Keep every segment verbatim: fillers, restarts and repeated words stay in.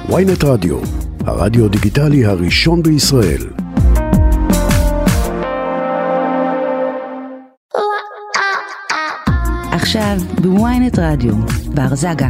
וויינט רדיו, הרדיו דיגיטלי הראשון בישראל. עכשיו בוויינט רדיו, בר זגה.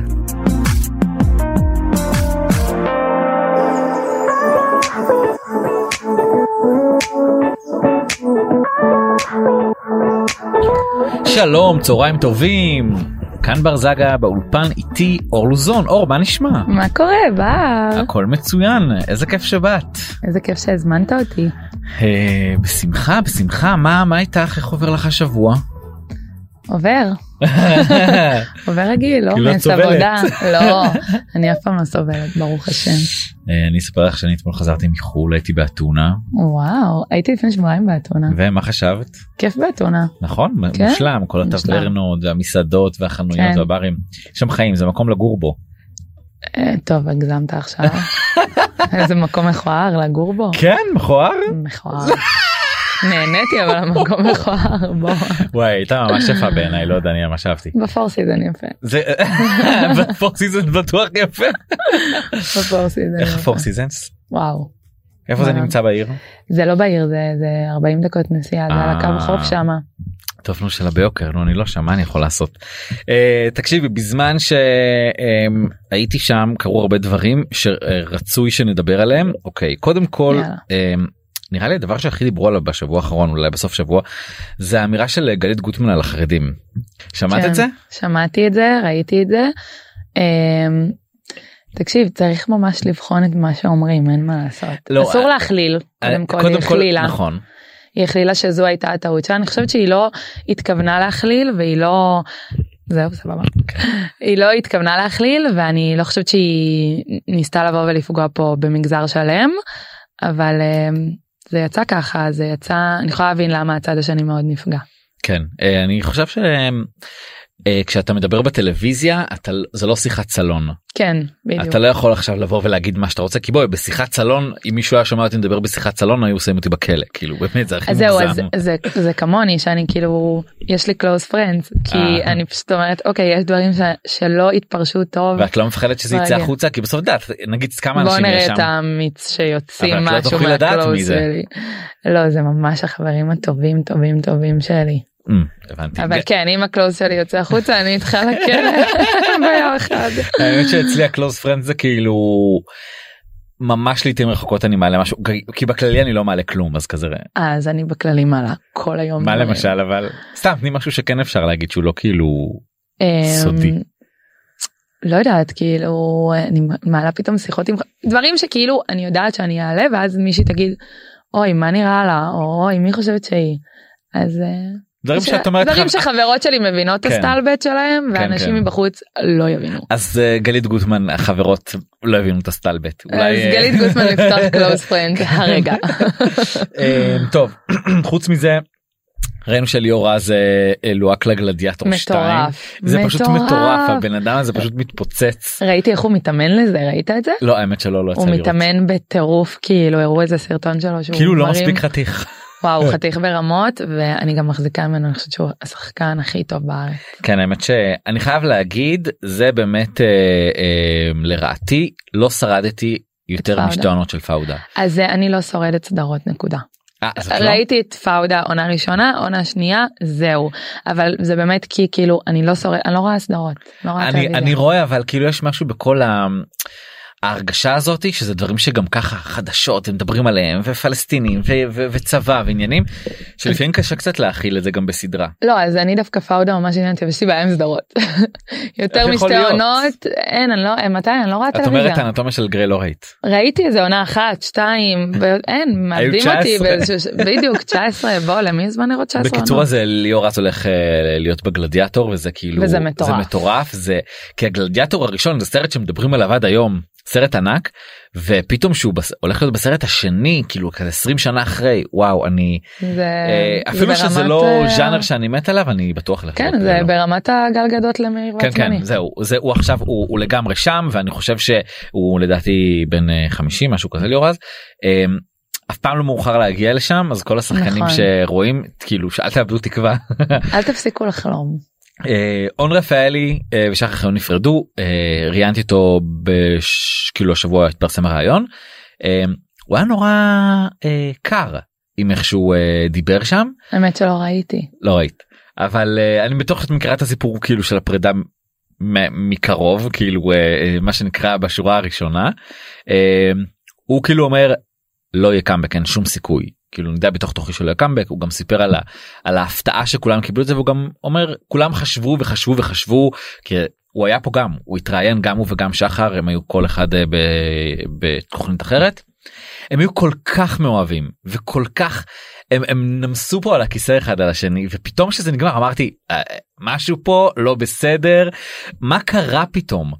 שלום, צהריים טובים. כאן בר זגה באולפן איתי אור לוזון. אור, מה נשמע? מה קורה? בר? הכל מצוין, איזה כיף שבאת. איזה כיף שהזמנת אותי. אה, בשמחה, בשמחה. מה, מה איתך? איך עובר לך השבוע? עובר. עובר רגיל, לא? כאילו את סובלת. לא, אני אף פעם לא סובלת, ברוך השם. אה, אני אספר לך שאני אתמול חזרתי מחול, הייתי באתונה. וואו, הייתי לפני שבועיים באתונה. ומה חשבת? כיף באתונה. נכון, כן? מושלם, כל הטברנות והמסעדות והחנויות כן. והברים. יש שם חיים, זה מקום לגור בו. אה, טוב, הגזמת עכשיו. איזה מקום מכוער לגור בו. כן, מכוער? מכוער. נהניתי, אבל המקום מכוער, בוא. וואי, הייתה ממש יפה בעיניי, לא יודע, אני ממש אהבתי. בפור סיזן יפה. זה בפור סיזן בטוח יפה. בפור סיזן איך יפה. פור סיזנס? וואו. איפה זה נמצא בעיר? זה לא בעיר, זה זה ארבעים דקות נסיעה, זה על הקו חוף שמה. טוב, נו, שלה ביוקר, נו, אני לא שם, מה אני יכול לעשות? תקשיבי, בזמן שהייתי שם קרו הרבה דברים שרצוי שנדבר עליהם. אוקיי, קודם כל, נראה לי הדבר שהכי דיברו עליו בשבוע האחרון, אולי בסוף שבוע, זה האמירה של גלית גוטמן על החרדים. שמעת את זה? שמעתי את זה, ראיתי את זה. תקשיב, צריך ממש לבחון את מה שאומרים, אין מה לעשות. אסור להכליל, קודם כל, היא הכלילה. נכון. היא הכלילה שזו הייתה הטעות שלה, אני חושבת שהיא לא התכוונה להכליל, והיא לא... זהו, סבבה. היא לא התכוונה להכליל, ואני לא חושבת שהיא ניסתה לבוא ולפגוע פה במגזר שלם, אבל זה יצא ככה, זה יצא, אני יכולה להבין למה הצד השני מאוד נפגע. כן, אני חושב ש... כשאתה מדבר בטלוויזיה, אתה, זה לא שיחת סלון. כן, בדיוק. אתה לא יכול עכשיו לבוא ולהגיד מה שאתה רוצה, כי בואי, בשיחת סלון, אם מישהו היה שומע אותי מדבר בשיחת סלון, היו עושים אותי בכלא, כאילו, באמת, זה הכי מוגזם. זהו, אז זה, זה כמוני, שאני כאילו, יש לי close friends, כי אני פשוט אומרת, אוקיי, יש דברים ש, שלא התפרשו טוב. ואת לא מפחדת שזה יצא החוצה, כי בסוף דעת, נגיד כמה אנשים יש שם. בוא נראה את האמיץ שיוצאים משהו מהקלוס שלי. לא, זה ממש החברים הטובים, טובים, טובים שלי. אבל כן, אם הקלוז שלי יוצא החוצה אני איתך לכלא ביום אחד. האמת שאצלי הקלוז פרנד זה כאילו ממש לעתים רחוקות אני מעלה משהו, כי בכללי אני לא מעלה כלום, אז כזה. אז אני בכללי מעלה כל היום. מה למשל? אבל סתם תני משהו שכן אפשר להגיד שהוא לא כאילו סודי. לא יודעת, כאילו אני מעלה פתאום שיחות עם דברים שכאילו אני יודעת שאני אעלה, ואז מישהי תגיד אוי מה נראה לה, או אוי מי חושבת שהיא, אז דברים שאת אומרת, דברים שחברות שלי מבינות את הסטלבט שלהם, ואנשים מבחוץ לא יבינו. אז גלית גוטמן, החברות לא הבינו את הסטלבט. אז גלית גוטמן לפתוח קלוז פרנד הרגע. טוב, חוץ מזה, ראינו שליאור רז לוהק לגלדיאטור שתיים. זה פשוט מטורף, הבן אדם הזה פשוט מתפוצץ. ראיתי איך הוא מתאמן לזה, ראית את זה? לא, האמת שלא, לא יצא הוא לראות. מתאמן בטירוף, כאילו הראו איזה סרטון שלו. כאילו לא מספיק חתיך. וואו, חתיך ברמות, ואני גם מחזיקה ממנו, אני חושבת שהוא השחקן הכי טוב בארץ. כן, האמת שאני חייב להגיד, זה באמת אה, אה, לרעתי, לא שרדתי יותר משתי עונות של פאודה. אז אני לא שורדת סדרות, נקודה. 아, ראיתי את פאודה עונה ראשונה, עונה שנייה, זהו. אבל זה באמת כי כאילו, אני לא שורדת, אני לא רואה סדרות. לא רואה אני, אני רואה, אבל כאילו יש משהו בכל ה... ההרגשה הזאת שזה דברים שגם ככה חדשות הם מדברים עליהם ופלסטינים ו- ו- וצבא ועניינים שלפעמים קשה קצת להכיל את זה גם בסדרה. לא, אז אני דווקא פאודה ממש עניינתי ויש לי בעיה עם סדרות. יותר משתי עונות, אין, אני לא, מתי, אני לא רואה טלוויזיה. את אומרת האנטומיה של גריי לא ראית. ראיתי איזה עונה אחת, שתיים, אין, מעבדים אותי, בדיוק תשע עשרה, בוא, למי זמן לראות תשע עשרה עונות? בקיצור הזה ליאור רז הולך להיות בגלדיאטור וזה כאילו, וזה מטורף. זה מטורף, זה, כי הגלדיאטור הראשון זה סרט שמדברים עליו עד היום. סרט ענק, ופתאום שהוא בס... הולך להיות בסרט השני, כאילו כזה עשרים שנה אחרי, וואו, אני... זה... אה, אפילו שזה ברמת... לא ז'אנר שאני מת עליו, אני בטוח לך. כן, זה לא. ברמת הגלגדות למהיר כן, ועצמני. כן, זהו, זה, הוא עכשיו, הוא, הוא לגמרי שם, ואני חושב שהוא לדעתי בין חמישים, משהו כזה ליאור רז. אה, אף פעם לא מאוחר להגיע לשם, אז כל השחקנים נכון. שרואים, כאילו, שאל תאבדו תקווה. אל תפסיקו לחלום. און רפאלי ושחר חיון נפרדו, ראיינתי אותו כאילו השבוע התפרסם הרעיון, הוא היה נורא קר עם איך שהוא דיבר שם. האמת שלא ראיתי. לא ראית, אבל אני בטוח שאת מכירה את הסיפור כאילו של הפרידה מקרוב, כאילו מה שנקרא בשורה הראשונה. הוא כאילו אומר לא יהיה קאמבק, אין שום סיכוי, כאילו נדע בתוך תוכי שלו קאמבק. הוא גם סיפר על, ה, על ההפתעה שכולם קיבלו את זה, והוא גם אומר כולם חשבו וחשבו וחשבו, כי הוא היה פה גם, הוא התראיין גם הוא וגם שחר, הם היו כל אחד ב, בתוכנית אחרת, הם היו כל כך מאוהבים וכל כך הם, הם נמסו פה על הכיסא אחד על השני, ופתאום שזה נגמר אמרתי משהו פה לא בסדר, מה קרה פתאום?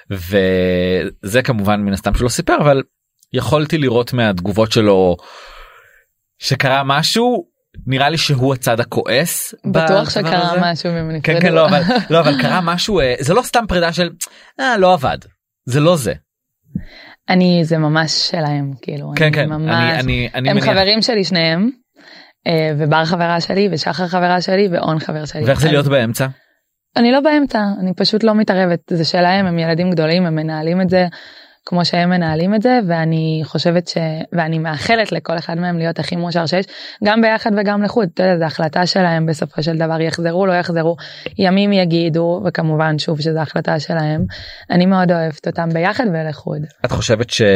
וזה כמובן מן הסתם שלא סיפר, אבל יכולתי לראות מהתגובות שלו שקרה משהו, נראה לי שהוא הצד הכועס. בטוח שקרה הזה. משהו ממני. כן, כן, לא, אבל, לא, אבל קרה משהו, זה לא סתם פרידה של, אה, לא עבד, זה לא זה. אני, זה ממש שלהם, כאילו. כן, אני כן, ממש, אני, אני, אני הם מניח. חברים שלי שניהם, ובר חברה שלי, ושחר חברה שלי, ואון חבר שלי. ואיך זה להיות באמצע? אני לא באמצע, אני פשוט לא מתערבת, זה שלהם, הם ילדים גדולים, הם מנהלים את זה, כמו שהם מנהלים את זה, ואני חושבת ש... ואני מאחלת לכל אחד מהם להיות הכי מאושר שיש, גם ביחד וגם לחוד, אתה יודע, זו החלטה שלהם בסופו של דבר, יחזרו, לא יחזרו, ימים יגידו, וכמובן שוב שזו החלטה שלהם, אני מאוד אוהבת אותם ביחד ולחוד. את חושבת ש...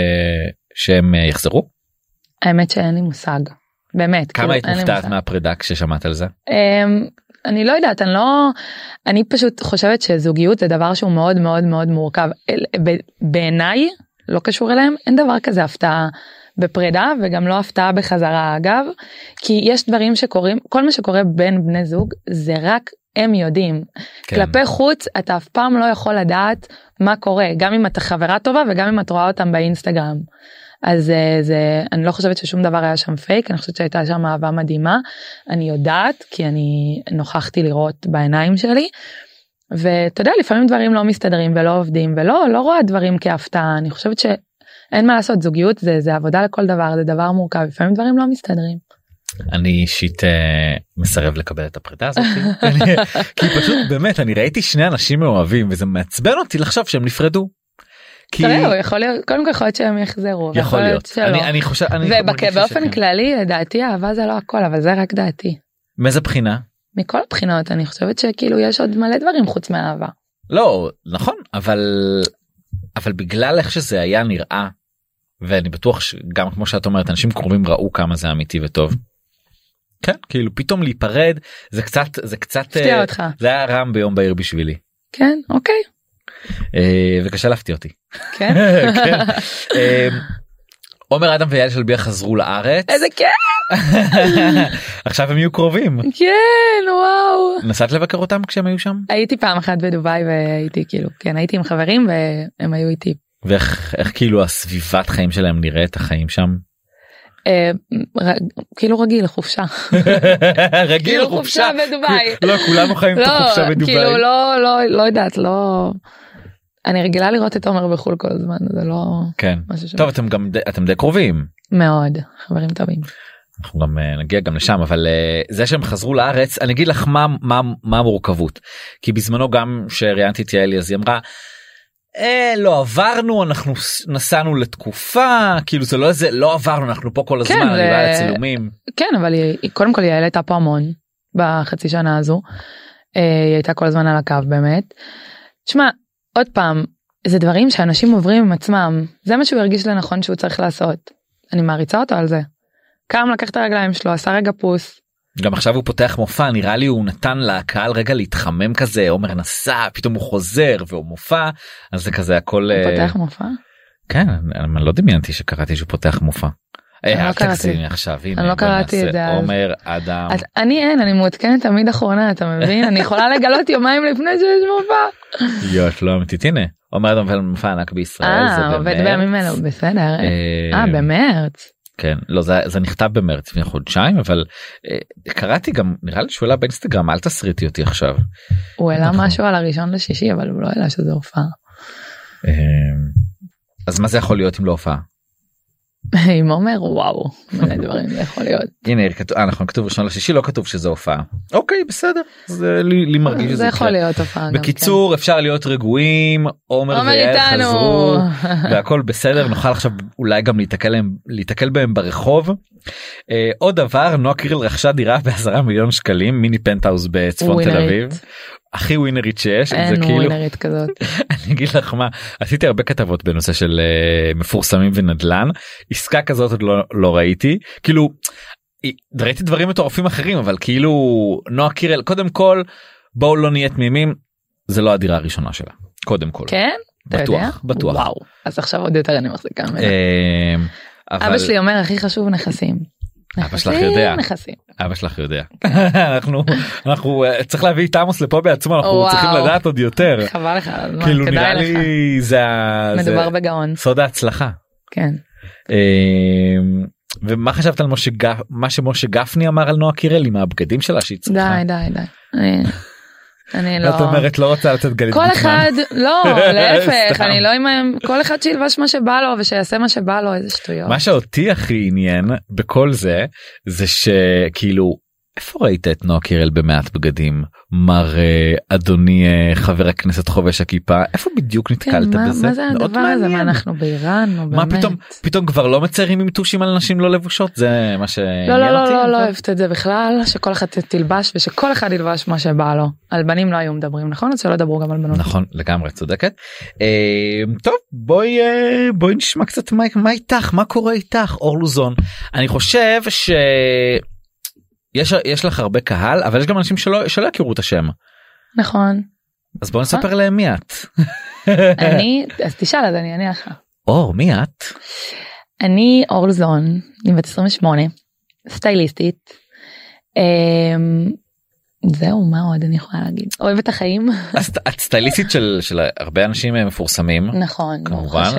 שהם יחזרו? האמת שאין לי מושג, באמת. כמה היית מופתעת מהפרידה כששמעת על זה? אני לא יודעת, אני לא, אני פשוט חושבת שזוגיות זה דבר שהוא מאוד מאוד מאוד מורכב. בעיניי, לא קשור אליהם, אין דבר כזה הפתעה בפרידה, וגם לא הפתעה בחזרה אגב, כי יש דברים שקורים, כל מה שקורה בין בני זוג, זה רק הם יודעים. כן. כלפי חוץ, אתה אף פעם לא יכול לדעת מה קורה, גם אם אתה חברה טובה, וגם אם את רואה אותם באינסטגרם. אז זה, זה, אני לא חושבת ששום דבר היה שם פייק, אני חושבת שהייתה שם אהבה מדהימה, אני יודעת, כי אני נוכחתי לראות בעיניים שלי, ואתה יודע, לפעמים דברים לא מסתדרים ולא עובדים, ולא, לא רואה דברים כהפתעה, אני חושבת שאין מה לעשות, זוגיות זה, זה עבודה לכל דבר, זה דבר מורכב, לפעמים דברים לא מסתדרים. אני אישית מסרב לקבל את הפרידה הזאת, כי פשוט באמת, אני ראיתי שני אנשים מאוהבים, וזה מעצבן אותי לחשוב שהם נפרדו. כי יכול להיות, קודם כל יכול להיות שהם יחזרו, יכול להיות, אני, אני חושב, ובאופן כללי לדעתי אהבה זה לא הכל, אבל זה רק דעתי. מאיזה בחינה? מכל הבחינות, אני חושבת שכאילו יש עוד מלא דברים חוץ מהאהבה. לא, נכון, אבל אבל בגלל איך שזה היה נראה, ואני בטוח שגם כמו שאת אומרת, אנשים קרובים ראו כמה זה אמיתי וטוב. כן, כאילו פתאום להיפרד, זה קצת, זה קצת, הפתיע אותך. זה היה רם ביום בהיר בשבילי. כן, אוקיי. וקשה להפתיע אותי. כן. עומר אדם ויעל שלביה חזרו לארץ. איזה כיף. עכשיו הם יהיו קרובים. כן, וואו. נסעת לבקר אותם כשהם היו שם? הייתי פעם אחת בדוביי והייתי כאילו, כן, הייתי עם חברים והם היו איתי. ואיך איך כאילו הסביבת חיים שלהם נראית, החיים שם? כאילו רגיל, חופשה. רגיל, חופשה בדוביי. לא, כולנו חיים את החופשה בדוביי. כאילו לא, לא, לא יודעת, לא... אני רגילה לראות את עומר בחול כל הזמן, זה לא... כן. טוב, אתם גם, אתם די קרובים. מאוד, חברים טובים. אנחנו גם נגיע גם לשם, אבל זה שהם חזרו לארץ, אני אגיד לך מה, מה, מה המורכבות. כי בזמנו גם שראיינתי את יעלי, אז היא אמרה, אה, לא עברנו, אנחנו נסענו לתקופה, כאילו זה לא איזה, לא עברנו, אנחנו פה כל הזמן, כן, אני באה לצילומים. כן, אבל היא, קודם כל יעל הייתה פה המון, בחצי שנה הזו. היא הייתה כל הזמן על הקו באמת. תשמע, עוד פעם, זה דברים שאנשים עוברים עם עצמם, זה מה שהוא הרגיש לנכון שהוא צריך לעשות. אני מעריצה אותו על זה. קם לקח את הרגליים שלו, עשה רגע פוס. גם עכשיו הוא פותח מופע, נראה לי הוא נתן לקהל רגע להתחמם כזה, עומר נסע, פתאום הוא חוזר והוא מופע, אז זה כזה הכל... הוא פותח מופע? כן, אני לא דמיינתי שקראתי שהוא פותח מופע. אל תגזימי עכשיו, אני לא קראתי את זה. עומר אדם. אני אין, אני מעודכנת תמיד אחרונה, אתה מבין? אני יכולה לגלות יומיים לפני שיש מופע. יואט, לא אמיתית, הנה, עומר אדם מופע ענק בישראל. אה, עובד בימים אלו, בסדר. אה, במרץ. כן, לא, זה, זה נכתב במרץ לפני חודשיים, אבל אה, קראתי גם, נראה לי שהוא העלה באינסטגרם, אל תסריטי אותי עכשיו. הוא העלה משהו על הראשון לשישי, אבל הוא לא העלה שזה הופעה. אה, אז מה זה יכול להיות אם לא הופעה? עם עומר וואו מלא דברים זה יכול להיות. הנה נכון כתוב ראשון לשישי לא כתוב שזה הופעה. אוקיי בסדר זה לי מרגיש זה יכול להיות הופעה. בקיצור אפשר להיות רגועים עומר ויעל חזרו והכל בסדר נוכל עכשיו אולי גם להתקל בהם ברחוב. עוד דבר נועה קירל רכשה דירה בעשרה מיליון שקלים מיני פנטהאוז בצפון תל אביב. הכי ווינרית שיש. אין ווינרית כזאת. אני אגיד לך מה עשיתי הרבה כתבות בנושא של uh, מפורסמים ונדל"ן עסקה כזאת עוד לא, לא ראיתי כאילו ראיתי דברים מטורפים אחרים אבל כאילו נועה קירל קודם כל בואו לא נהיה תמימים זה לא הדירה הראשונה שלה קודם כל. כן? בטוח בטוח. וואו אז עכשיו עוד יותר אני מחזיקה ממנה. אבל... אבא שלי אומר הכי חשוב נכסים. אבא שלך יודע. נכסים. אבא שלך יודע. אנחנו אנחנו צריך להביא את עמוס לפה בעצמו אנחנו צריכים לדעת עוד יותר. חבל לך. כאילו נראה לי זה מדובר בגאון. סוד ההצלחה. כן. ומה חשבת על משה מה שמשה גפני אמר על נועה קירל עם הבגדים שלה שהיא צריכה? די די די. אני לא. את אומרת לא רוצה לתת גלית כל אחד לא להפך אני לא עם כל אחד שילבש מה שבא לו ושיעשה מה שבא לו איזה שטויות. מה שאותי הכי עניין בכל זה זה שכאילו איפה ראית את נועה קירל במעט בגדים מר אדוני חבר הכנסת חובש הכיפה איפה בדיוק נתקלת בזה? מה זה הדבר הזה מה אנחנו באיראן מה פתאום פתאום כבר לא מציירים עם טושים על נשים לא לבושות זה מה שעניין אותי. לא אותי? לא לא לא אוהבת את זה בכלל שכל אחד תלבש ושכל אחד ילבש מה שבא לו על בנים לא היו מדברים נכון? אז שלא דברו גם על בנות. נכון לגמרי צודקת. טוב בואי בואי נשמע קצת מה איתך מה קורה איתך אור לוזון אני חושב ש. יש יש לך הרבה קהל אבל יש גם אנשים שלא שלא יכירו את השם. נכון. אז בוא נספר להם מי את. אני אז תשאל אז אני אענה לך. אור מי את? אני אור לוזון אני בת עשרים ושמונה סטייליסטית. זהו מה עוד אני יכולה להגיד אוהבת החיים. את סטייליסטית של של הרבה אנשים מפורסמים. נכון. כמובן.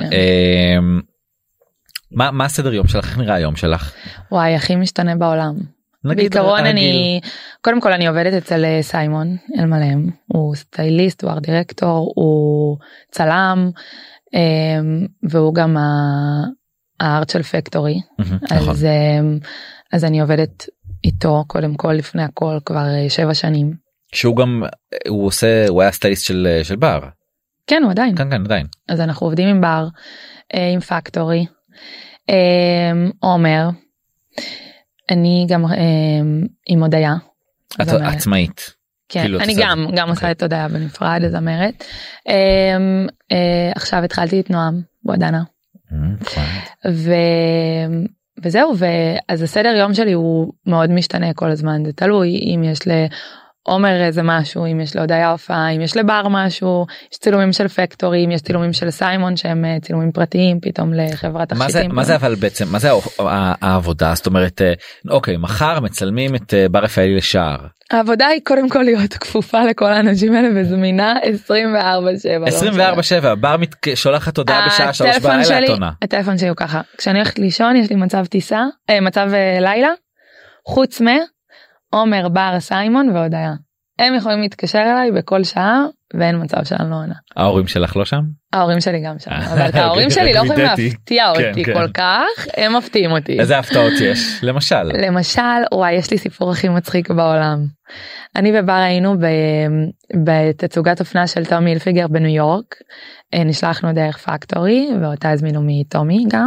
מה מה הסדר יום שלך איך נראה היום שלך? וואי הכי משתנה בעולם. בעיקרון אני קודם כל אני עובדת אצל סיימון אלמלם הוא סטייליסט הוא ארט דירקטור הוא צלם והוא גם הארט של פקטורי אז אז אני עובדת איתו קודם כל לפני הכל כבר שבע שנים. שהוא גם הוא עושה הוא היה סטייליסט של של בר. כן הוא עדיין. כן כן עדיין. אז אנחנו עובדים עם בר עם פקטורי עומר. אני גם עם הודיה. את עצמאית. כן, אני גם גם עושה את הודיה בנפרד, זמרת. עכשיו התחלתי את נועם בועדנה. וזהו, אז הסדר יום שלי הוא מאוד משתנה כל הזמן, זה תלוי אם יש לעומר איזה משהו, אם יש להודיה הופעה, אם יש לבר משהו, יש צילומים של פקטורי, אם יש צילומים של סיימון שהם צילומים פרטיים פתאום לחברת תכשיטים. מה זה אבל בעצם, מה זה העבודה? זאת אומרת, אוקיי, מחר מצלמים את בר רפאלי לשער. העבודה היא קודם כל להיות כפופה לכל האנשים האלה וזמינה עשרים וארבע שבע. עשרים וארבע שבע, בר שולחת הודעה בשעה שלוש בלילה עתונה. הטלפון שלי הוא ככה, כשאני הולכת לישון יש לי מצב טיסה, מצב לילה, חוץ מ... עומר, בר, סיימון והודיה. הם יכולים להתקשר אליי בכל שעה ואין מצב שאני לא עונה. ההורים שלך לא שם? ההורים שלי גם שם, אבל ההורים שלי לא יכולים להפתיע אותי כל כך, הם מפתיעים אותי. איזה הפתעות יש? למשל? למשל, וואי, יש לי סיפור הכי מצחיק בעולם. אני ובר היינו בתצוגת אופנה של טומי הילפיגר בניו יורק, נשלחנו דרך פקטורי, ואותה הזמינו מטומי גם,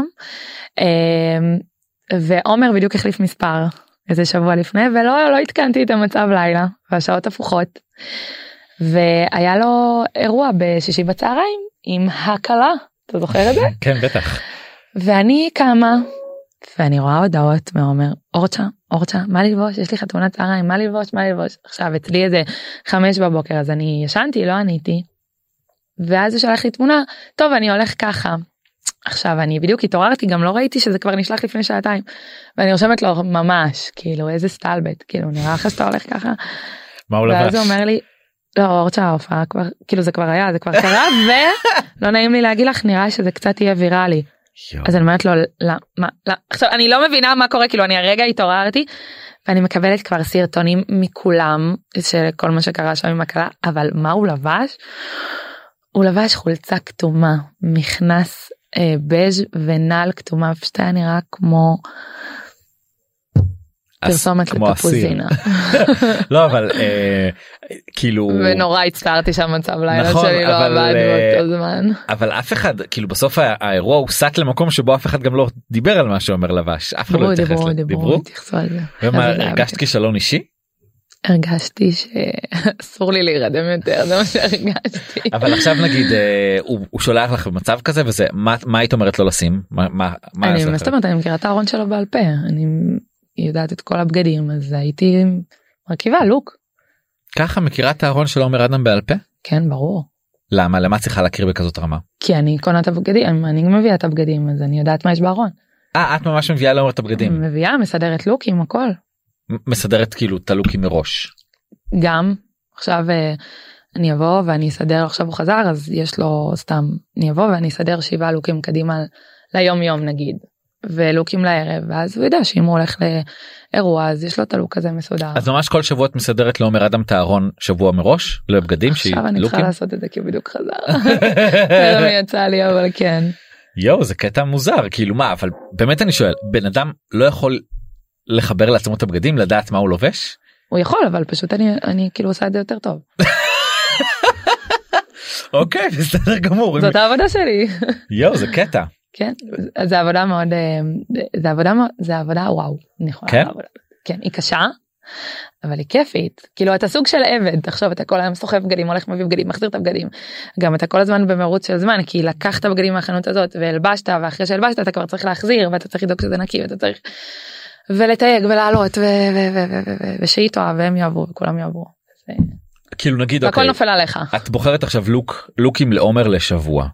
ועומר בדיוק החליף מספר. איזה שבוע לפני ולא לא התקנתי את המצב לילה והשעות הפוכות והיה לו אירוע בשישי בצהריים עם הקלה אתה זוכר את זה? כן בטח. ואני קמה ואני רואה הודעות מעומר אורצ'ה אורצ'ה מה ללבוש יש לי חתונת צהריים מה ללבוש מה ללבוש עכשיו אצלי איזה חמש בבוקר אז אני ישנתי לא עניתי ואז הוא שלח לי תמונה טוב אני הולך ככה. עכשיו אני בדיוק התעוררתי גם לא ראיתי שזה כבר נשלח לפני שעתיים ואני רושמת לו ממש כאילו איזה סטלבט כאילו נראה לך שאתה הולך ככה. מה הוא לבש? ואז הוא אומר לי לא אורצ'ה ההופעה כבר כאילו זה כבר היה זה כבר קרה ולא נעים לי להגיד לך נראה שזה קצת יהיה ויראלי. אז אני אומרת לו למה עכשיו אני לא מבינה מה קורה כאילו אני הרגע התעוררתי ואני מקבלת כבר סרטונים מכולם של כל מה שקרה שם עם הקלה אבל מה הוא לבש? הוא לבש חולצה כתומה מכנס בז' ונעל כתומה, פשוט היה נראה כמו פרסומת לתפוזינה. לא אבל כאילו ונורא הצטערתי שהמצב לילה שלי לא עבד באותו זמן. אבל אף אחד כאילו בסוף האירוע הוא סט למקום שבו אף אחד גם לא דיבר על מה שאומר לבש, אף אחד לא התייחס לזה. דיברו? ומה, הרגשת כישלון אישי? הרגשתי שאסור לי להירדם יותר, זה מה שהרגשתי. אבל עכשיו נגיד הוא שולח לך במצב כזה וזה, מה היית אומרת לו לשים? אני מסתובבת, אני מכירה את הארון שלו בעל פה, אני יודעת את כל הבגדים, אז הייתי מרכיבה לוק. ככה מכירה את הארון של עומר אדם בעל פה? כן, ברור. למה? למה צריכה להכיר בכזאת רמה? כי אני קונה את הבגדים, אני מביאה את הבגדים, אז אני יודעת מה יש בארון. אה, את ממש מביאה לעומר את הבגדים? מביאה, מסדרת לוקים, הכל. מסדרת כאילו את הלוקים מראש. גם, עכשיו אני אבוא ואני אסדר, עכשיו הוא חזר, אז יש לו סתם, אני אבוא ואני אסדר שבעה לוקים קדימה ליום יום נגיד. ולוקים לערב, ואז הוא יודע שאם הוא הולך לאירוע אז יש לו את הלוק הזה מסודר. אז ממש כל שבוע את מסדרת לעומר אדם את הארון שבוע מראש לבגדים? עכשיו אני צריכה לעשות את זה כי בדיוק חזר. זה לא יצא לי אבל כן. יואו, זה קטע מוזר, כאילו מה, אבל באמת אני שואל, בן אדם לא יכול לחבר לעצמו את הבגדים, לדעת מה הוא לובש? הוא יכול, אבל פשוט אני, אני כאילו עושה את זה יותר טוב. אוקיי, בסדר גמור. זאת העבודה שלי. יואו, זה קטע. כן, זה עבודה מאוד, זה עבודה, זה עבודה וואו, אני יכולה כן? לעבוד. כן, היא קשה, אבל היא כיפית. כאילו אתה סוג של עבד, תחשוב, אתה כל היום סוחב בגדים, הולך מביא בגדים, מחזיר את הבגדים. גם אתה כל הזמן במרוץ של זמן, כי לקחת בגדים מהחנות הזאת והלבשת, ואחרי שהלבשת אתה כבר צריך להחזיר, ואתה צריך לדאוג שזה נקי, ואתה צריך ולתייג ולעלות, ושהיא טועה, והם יעברו, וכולם יעברו. כאילו נגיד, הכל נופל עליך. את בוחרת עכשיו לוק, לוקים לעומר לשבוע.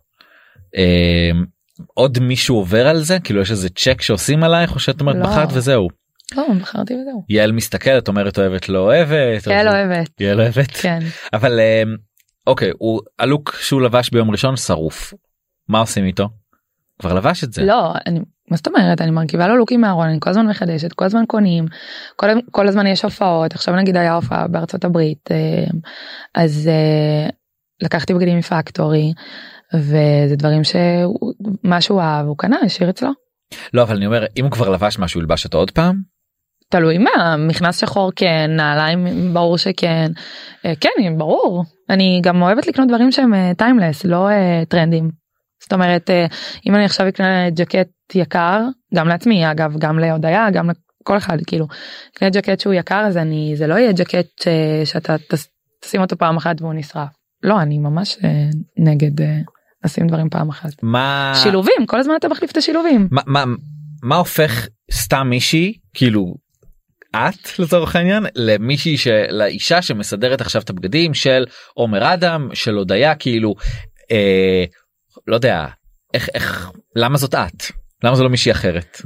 עוד מישהו עובר על זה? כאילו יש איזה צ'ק שעושים עלייך, או שאת אומרת בחרת וזהו? לא, בחרתי וזהו. יעל מסתכלת, אומרת אוהבת לא אוהבת. יעל אוהבת. יעל אוהבת. כן. אבל אוקיי, הלוק שהוא לבש ביום ראשון שרוף. מה עושים איתו? כבר לבש את זה. לא, אני, מה זאת אומרת? אני מרכיבה לו לוקים מהארון, אני כל הזמן מחדשת, כל הזמן קונים, כל, כל הזמן יש הופעות, עכשיו נגיד היה הופעה בארצות הברית, אז לקחתי בגדים מפקטורי, וזה דברים שמשהו אהב, הוא קנה, השאיר אצלו. לא, אבל אני אומר, אם הוא כבר לבש משהו, ילבש אותו עוד פעם? תלוי מה, מכנס שחור כן, נעליים ברור שכן, כן, ברור. אני גם אוהבת לקנות דברים שהם טיימלס, לא טרנדים. זאת אומרת, אם אני עכשיו אקנה ג'קט יקר, גם לעצמי, אגב, גם להודיה, גם לכל אחד, כאילו, אקנה ג'קט שהוא יקר, אז אני, זה לא יהיה ג'קט שאתה תשים אותו פעם אחת והוא נשרף. לא, אני ממש נגד לשים דברים פעם אחת. מה... שילובים, כל הזמן אתה מחליף את השילובים. מה, מה, מה הופך סתם מישהי, כאילו, את לצורך העניין, למישהי, לאישה שמסדרת עכשיו את הבגדים של עומר אדם, של הודיה, כאילו, אה, לא יודע, איך, איך, למה זאת את? למה זו לא מישהי אחרת?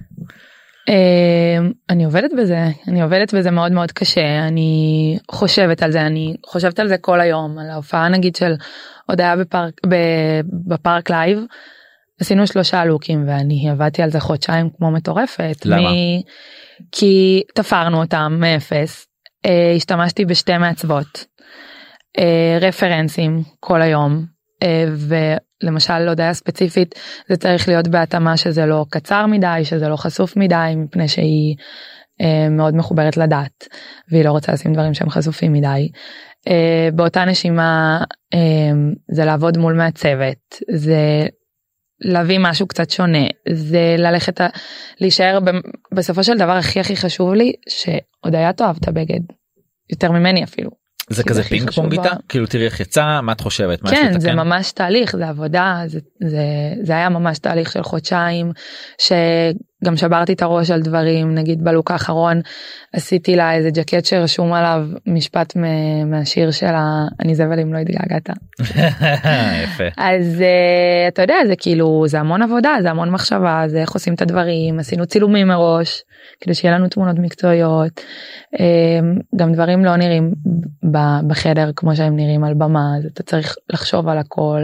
אני עובדת בזה, אני עובדת בזה מאוד מאוד קשה, אני חושבת על זה, אני חושבת על זה כל היום, על ההופעה נגיד של הודיה בפארק, בפארק לייב, עשינו שלושה לוקים ואני עבדתי על זה חודשיים כמו מטורפת. למה? כי תפרנו אותם מאפס, השתמשתי בשתי מעצבות, רפרנסים כל היום, ולמשל לא יודע ספציפית זה צריך להיות בהתאמה שזה לא קצר מדי, שזה לא חשוף מדי, מפני שהיא מאוד מחוברת לדעת והיא לא רוצה לשים דברים שהם חשופים מדי. באותה נשימה זה לעבוד מול מעצבת, זה להביא משהו קצת שונה, זה ללכת להישאר בסופו של דבר הכי הכי חשוב לי שהודיה תאהב את הבגד יותר ממני אפילו. זה כזה פינג פונג איתה? כאילו תראי איך יצא, מה את חושבת? כן, זה ממש תהליך, זה עבודה, זה היה ממש תהליך של חודשיים, שגם שברתי את הראש על דברים, נגיד בלוק האחרון, עשיתי לה איזה ג'קט שרשום עליו משפט מהשיר שלה, אני זבל אם לא התגעגעת. יפה. אז אתה יודע, זה כאילו, זה המון עבודה, זה המון מחשבה, זה איך עושים את הדברים, עשינו צילומים מראש, כדי שיהיה לנו תמונות מקצועיות, גם דברים לא נראים בחדר כמו שהם נראים על במה, אז אתה צריך לחשוב על הכל.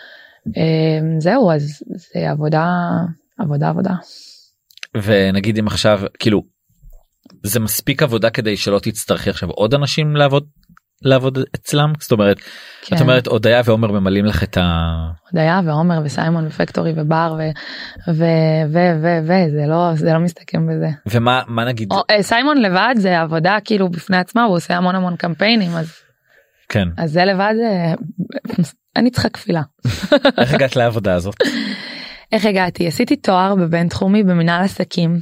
זהו, אז זה עבודה, עבודה, עבודה. ונגיד אם עכשיו, כאילו, זה מספיק עבודה כדי שלא תצטרכי עכשיו עוד אנשים לעבוד לעבוד אצלם? זאת אומרת, כן. את אומרת הודיה ועומר ממלאים לך את ה... הודיה ועומר וסיימון ופקטורי ובר ו... ו... ו... ו... ו... זה לא, זה לא מסתכם בזה. ומה, מה נגיד? או, סיימון לבד זה עבודה כאילו בפני עצמה, הוא עושה המון המון קמפיינים, אז... כן. אז זה לבד, אני צריכה כפילה. איך הגעת לעבודה הזאת? איך הגעתי? עשיתי תואר בבין תחומי במנהל עסקים.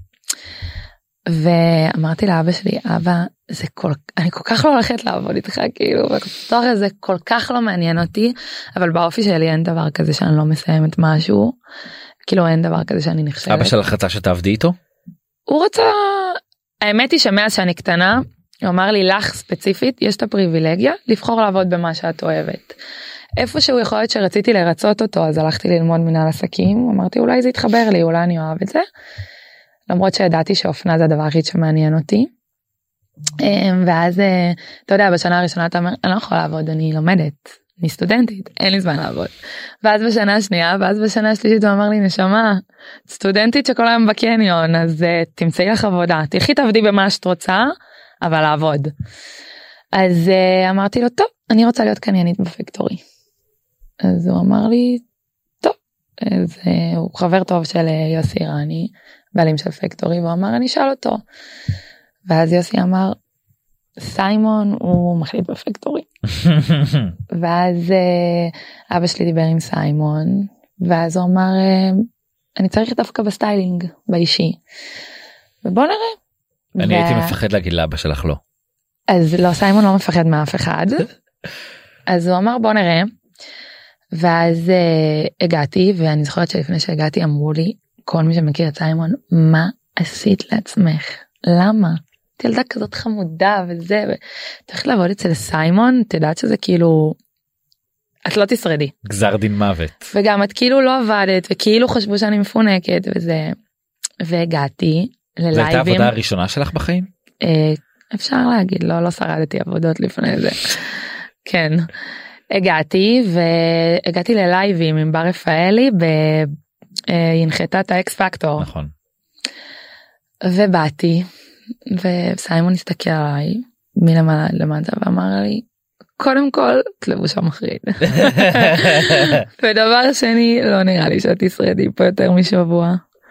ואמרתי לאבא שלי, אבא, זה כל, אני כל כך לא הולכת לעבוד איתך, כאילו, והתואר הזה כל כך לא מעניין אותי, אבל באופי שלי אין דבר כזה שאני לא מסיימת משהו, כאילו אין דבר כזה שאני נכשלת. אבא שלך רצה שתעבדי איתו? הוא רצה, האמת היא שמאז שאני קטנה, הוא אמר לי, לך ספציפית, יש את הפריבילגיה לבחור לעבוד במה שאת אוהבת. איפה שהוא יכול להיות שרציתי לרצות אותו, אז הלכתי ללמוד מנהל עסקים, אמרתי, אולי זה יתחבר לי, אולי אני אוהב את זה. למרות שידעתי שאופנה זה הדבר הכי שמעניין אותי. ואז, אתה יודע, בשנה הראשונה אתה אומר, אני לא יכולה לעבוד, אני לומדת, אני סטודנטית, אין לי זמן לעבוד. ואז בשנה השנייה, ואז בשנה השלישית הוא אמר לי, נשמה, סטודנטית שכל היום בקניון, אז תמצאי לך עבודה, תלכי תעבדי במה שאת רוצה, אבל לעבוד. אז אמרתי לו, טוב, אני רוצה להיות קניינית בפקטורי. אז הוא אמר לי, טוב, אז הוא חבר טוב של יוסי רני, בעלים של פקטורי, והוא אמר, אני אשאל אותו. ואז יוסי אמר, סיימון הוא מחליט בפקטורי. ואז אבא שלי דיבר עם סיימון, ואז הוא אמר, אני צריך דווקא בסטיילינג, באישי. ובוא נראה. אני הייתי מפחד להגיד לאבא שלך לא. אז לא, סיימון לא מפחד מאף אחד. אז הוא אמר, בוא נראה. ואז הגעתי, ואני זוכרת שלפני שהגעתי אמרו לי, כל מי שמכיר את סיימון, מה עשית לעצמך? למה? את ילדה כזאת חמודה וזה, וצריך לעבוד אצל סיימון, תדעת שזה כאילו, את לא תשרדי. גזר דין מוות. וגם את כאילו לא עבדת, וכאילו חשבו שאני מפונקת, וזה, והגעתי ללייבים. זו הייתה העבודה הראשונה שלך בחיים? אפשר להגיד, לא, לא שרדתי עבודות לפני זה. כן. הגעתי, והגעתי ללייבים עם בר רפאלי, ב... היא הנחתה את האקס פקטור. נכון. ובאתי, וסיימון הסתכל עליי, מלמעלה למטה, ואמר לי, קודם כל, תלבוש המחריד. ודבר שני, לא נראה לי שאת ישרדי פה יותר משבוע.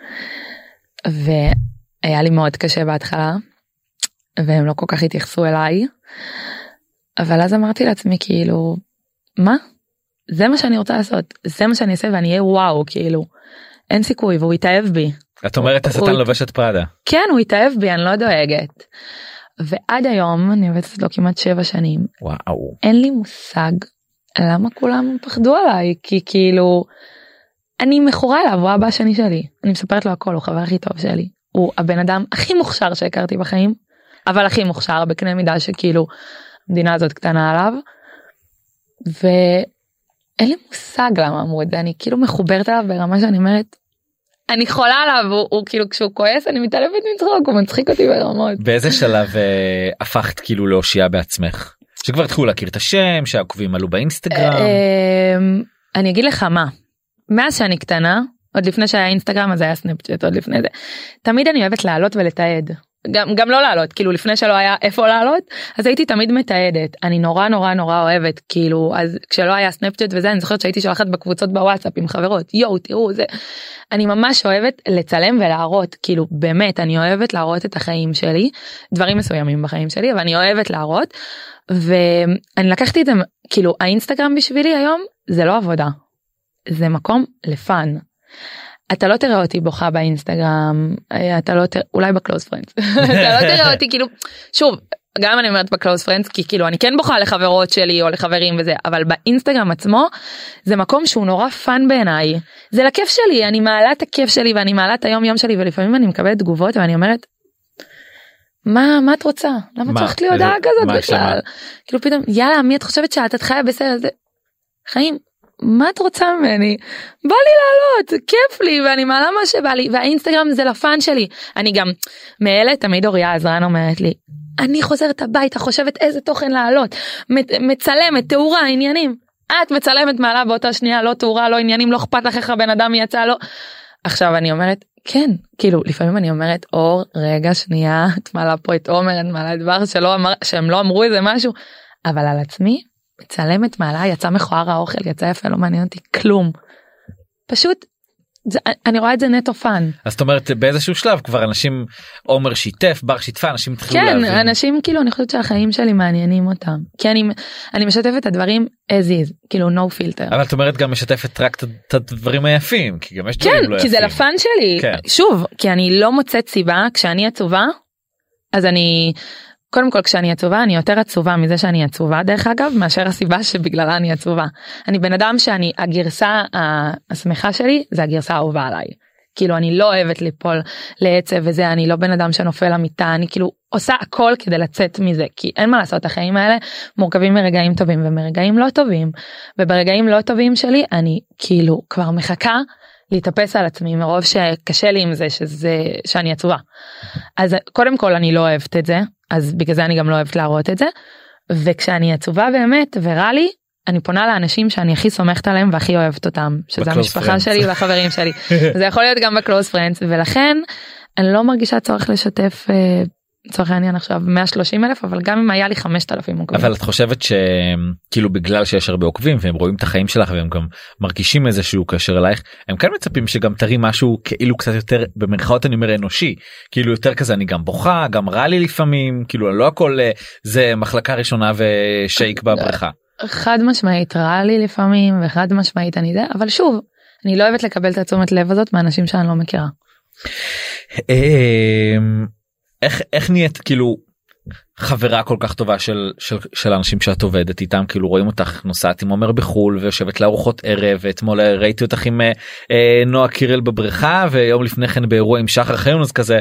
והיה לי מאוד קשה בהתחלה, והם לא כל כך התייחסו אליי, אבל אז אמרתי לעצמי, כאילו, מה? זה מה שאני רוצה לעשות, זה מה שאני אעשה, ואני אהיה וואו, כאילו, אין סיכוי, והוא יתאהב בי. את אומרת, השטן לובש את פראדה. כן, הוא יתאהב בי, אני לא דואגת. ועד היום, אני עובדת אצלו כמעט שבע שנים. וואו. אין לי מושג למה כולם פחדו עליי, כי כאילו, אני מכורה אליו, הוא האבא השני שלי. אני מספרת לו הכל, הוא חבר הכי טוב שלי. הוא הבן אדם הכי מוכשר שהכרתי בחיים, אבל הכי מוכשר, בקנה מידה שכאילו, המדינה הזאת קטנה עליו. ואין לי מושג למה אמרו את זה, אני כאילו מחוברת אליו ברמה שאני אומרת, אני חולה עליו, הוא, הוא כאילו כשהוא כועס אני מתעלפת מצחוק, הוא מצחיק אותי ברמות. באיזה שלב אה, הפכת כאילו להושיעה בעצמך? שכבר התחילו להכיר את השם, שהעוקבים עלו באינסטגרם? אה, אני אגיד לך מה, מאז שאני קטנה, עוד לפני שהיה אינסטגרם אז היה סנאפצ'אט, עוד לפני זה, תמיד אני אוהבת לעלות ולתעד. גם, גם לא לעלות, כאילו לפני שלא היה איפה לעלות, אז הייתי תמיד מתעדת, אני נורא נורא נורא אוהבת, כאילו, אז כשלא היה סנאפצ'אט וזה, אני זוכרת שהייתי שולחת בקבוצות בוואטסאפ עם חברות, יואו, תראו, זה, אני ממש אוהבת לצלם ולהראות, כאילו, באמת, אני אוהבת להראות את החיים שלי, דברים מסוימים בחיים שלי, אבל אני אוהבת להראות, ואני לקחתי את זה, כאילו, האינסטגרם בשבילי היום, זה לא עבודה, זה מקום לפן. אתה לא תראה אותי בוכה באינסטגרם, אתה לא תראה, אולי בקלוז פרנדס, אתה לא תראה אותי כאילו, שוב, גם אני אומרת בקלוז פרנדס, כי כאילו אני כן בוכה לחברות שלי או לחברים וזה, אבל באינסטגרם עצמו, זה מקום שהוא נורא פן בעיניי, זה לכיף שלי, אני מעלה את הכיף שלי ואני מעלה את היום יום שלי, ולפעמים אני מקבלת תגובות ואני אומרת, מה, מה את רוצה? למה צריכת לי הודעה כזאת בכלל? כאילו פתאום, יאללה, מי את חושבת שאת, את חיה בסדר, זה חיים. מה את רוצה ממני? בא לי לעלות, כיף לי, ואני מעלה מה שבא לי, והאינסטגרם זה לפן שלי. אני גם מאלה, תמיד אוריה עזרן אומרת לי, אני חוזרת הביתה, חושבת איזה תוכן לעלות, מצלמת, תאורה, עניינים. את מצלמת מעלה באותה שנייה, לא תאורה, לא עניינים, לא אכפת לך איך הבן אדם יצא, לא. עכשיו אני אומרת, כן, כאילו, לפעמים אני אומרת, אור, רגע, שנייה, את מעלה פה את עומר, את מעלה את בר, שלא אמר, שהם לא אמרו איזה משהו, אבל על עצמי, מצלמת מעלה, יצא מכוער האוכל, יצא יפה, לא מעניין אותי כלום. פשוט, זה, אני רואה את זה נטו פן. אז זאת אומרת, באיזשהו שלב כבר אנשים, עומר שיתף, בר שיתפה, אנשים התחילו כן, להבין. כן, אנשים כאילו, אני חושבת שהחיים שלי מעניינים אותם. כי אני, אני משתפת את הדברים as is, כאילו no filter. אבל את אומרת גם משתפת רק את הדברים היפים, כי גם יש דברים כן, לא כי יפים. זה לפן שלי. כן. שוב, כי אני לא מוצאת סיבה, כשאני עצובה, אז אני... קודם כל כשאני עצובה אני יותר עצובה מזה שאני עצובה דרך אגב מאשר הסיבה שבגללה אני עצובה. אני בן אדם שאני הגרסה השמחה שלי זה הגרסה האהובה עליי. כאילו אני לא אוהבת ליפול לעצב וזה, אני לא בן אדם שנופל למיטה, אני כאילו עושה הכל כדי לצאת מזה, כי אין מה לעשות, החיים האלה מורכבים מרגעים טובים ומרגעים לא טובים, וברגעים לא טובים שלי אני כאילו כבר מחכה להתאפס על עצמי מרוב שקשה לי עם זה שזה שאני עצובה. אז קודם כל אני לא אוהבת את זה, אז בגלל זה אני גם לא אוהבת להראות את זה, וכשאני עצובה באמת ורע לי, אני פונה לאנשים שאני הכי סומכת עליהם והכי אוהבת אותם, שזה המשפחה שלי והחברים שלי. זה יכול להיות גם בקלוז פרנדס, ולכן אני לא מרגישה צורך לשתף צורך העניין עכשיו מאה ושלושים אלף, אבל גם אם היה לי חמשת אלפים עוקבים. אבל את חושבת שכאילו בגלל שיש הרבה עוקבים והם רואים את החיים שלך והם גם מרגישים איזשהו קשר אלייך, הם כאן מצפים שגם תראי משהו כאילו קצת יותר במרכאות אני אומר אנושי, כאילו יותר כזה אני גם בוכה, גם רע לי לפעמים, כאילו לא הכל זה מחלקה ראשונה ושייק בבריכה. חד משמעית רע לי לפעמים וחד משמעית אני זה, אבל שוב אני לא אוהבת לקבל את התשומת לב הזאת מאנשים שאני לא מכירה. איך איך נהיית כאילו חברה כל כך טובה של של של אנשים שאת עובדת איתם, כאילו רואים אותך נוסעת עם עומר בחול ויושבת לארוחות ערב, ואתמול ראיתי אותך עם אה, נועה קירל בבריכה ויום לפני כן באירוע עם שחר חיון, אז כזה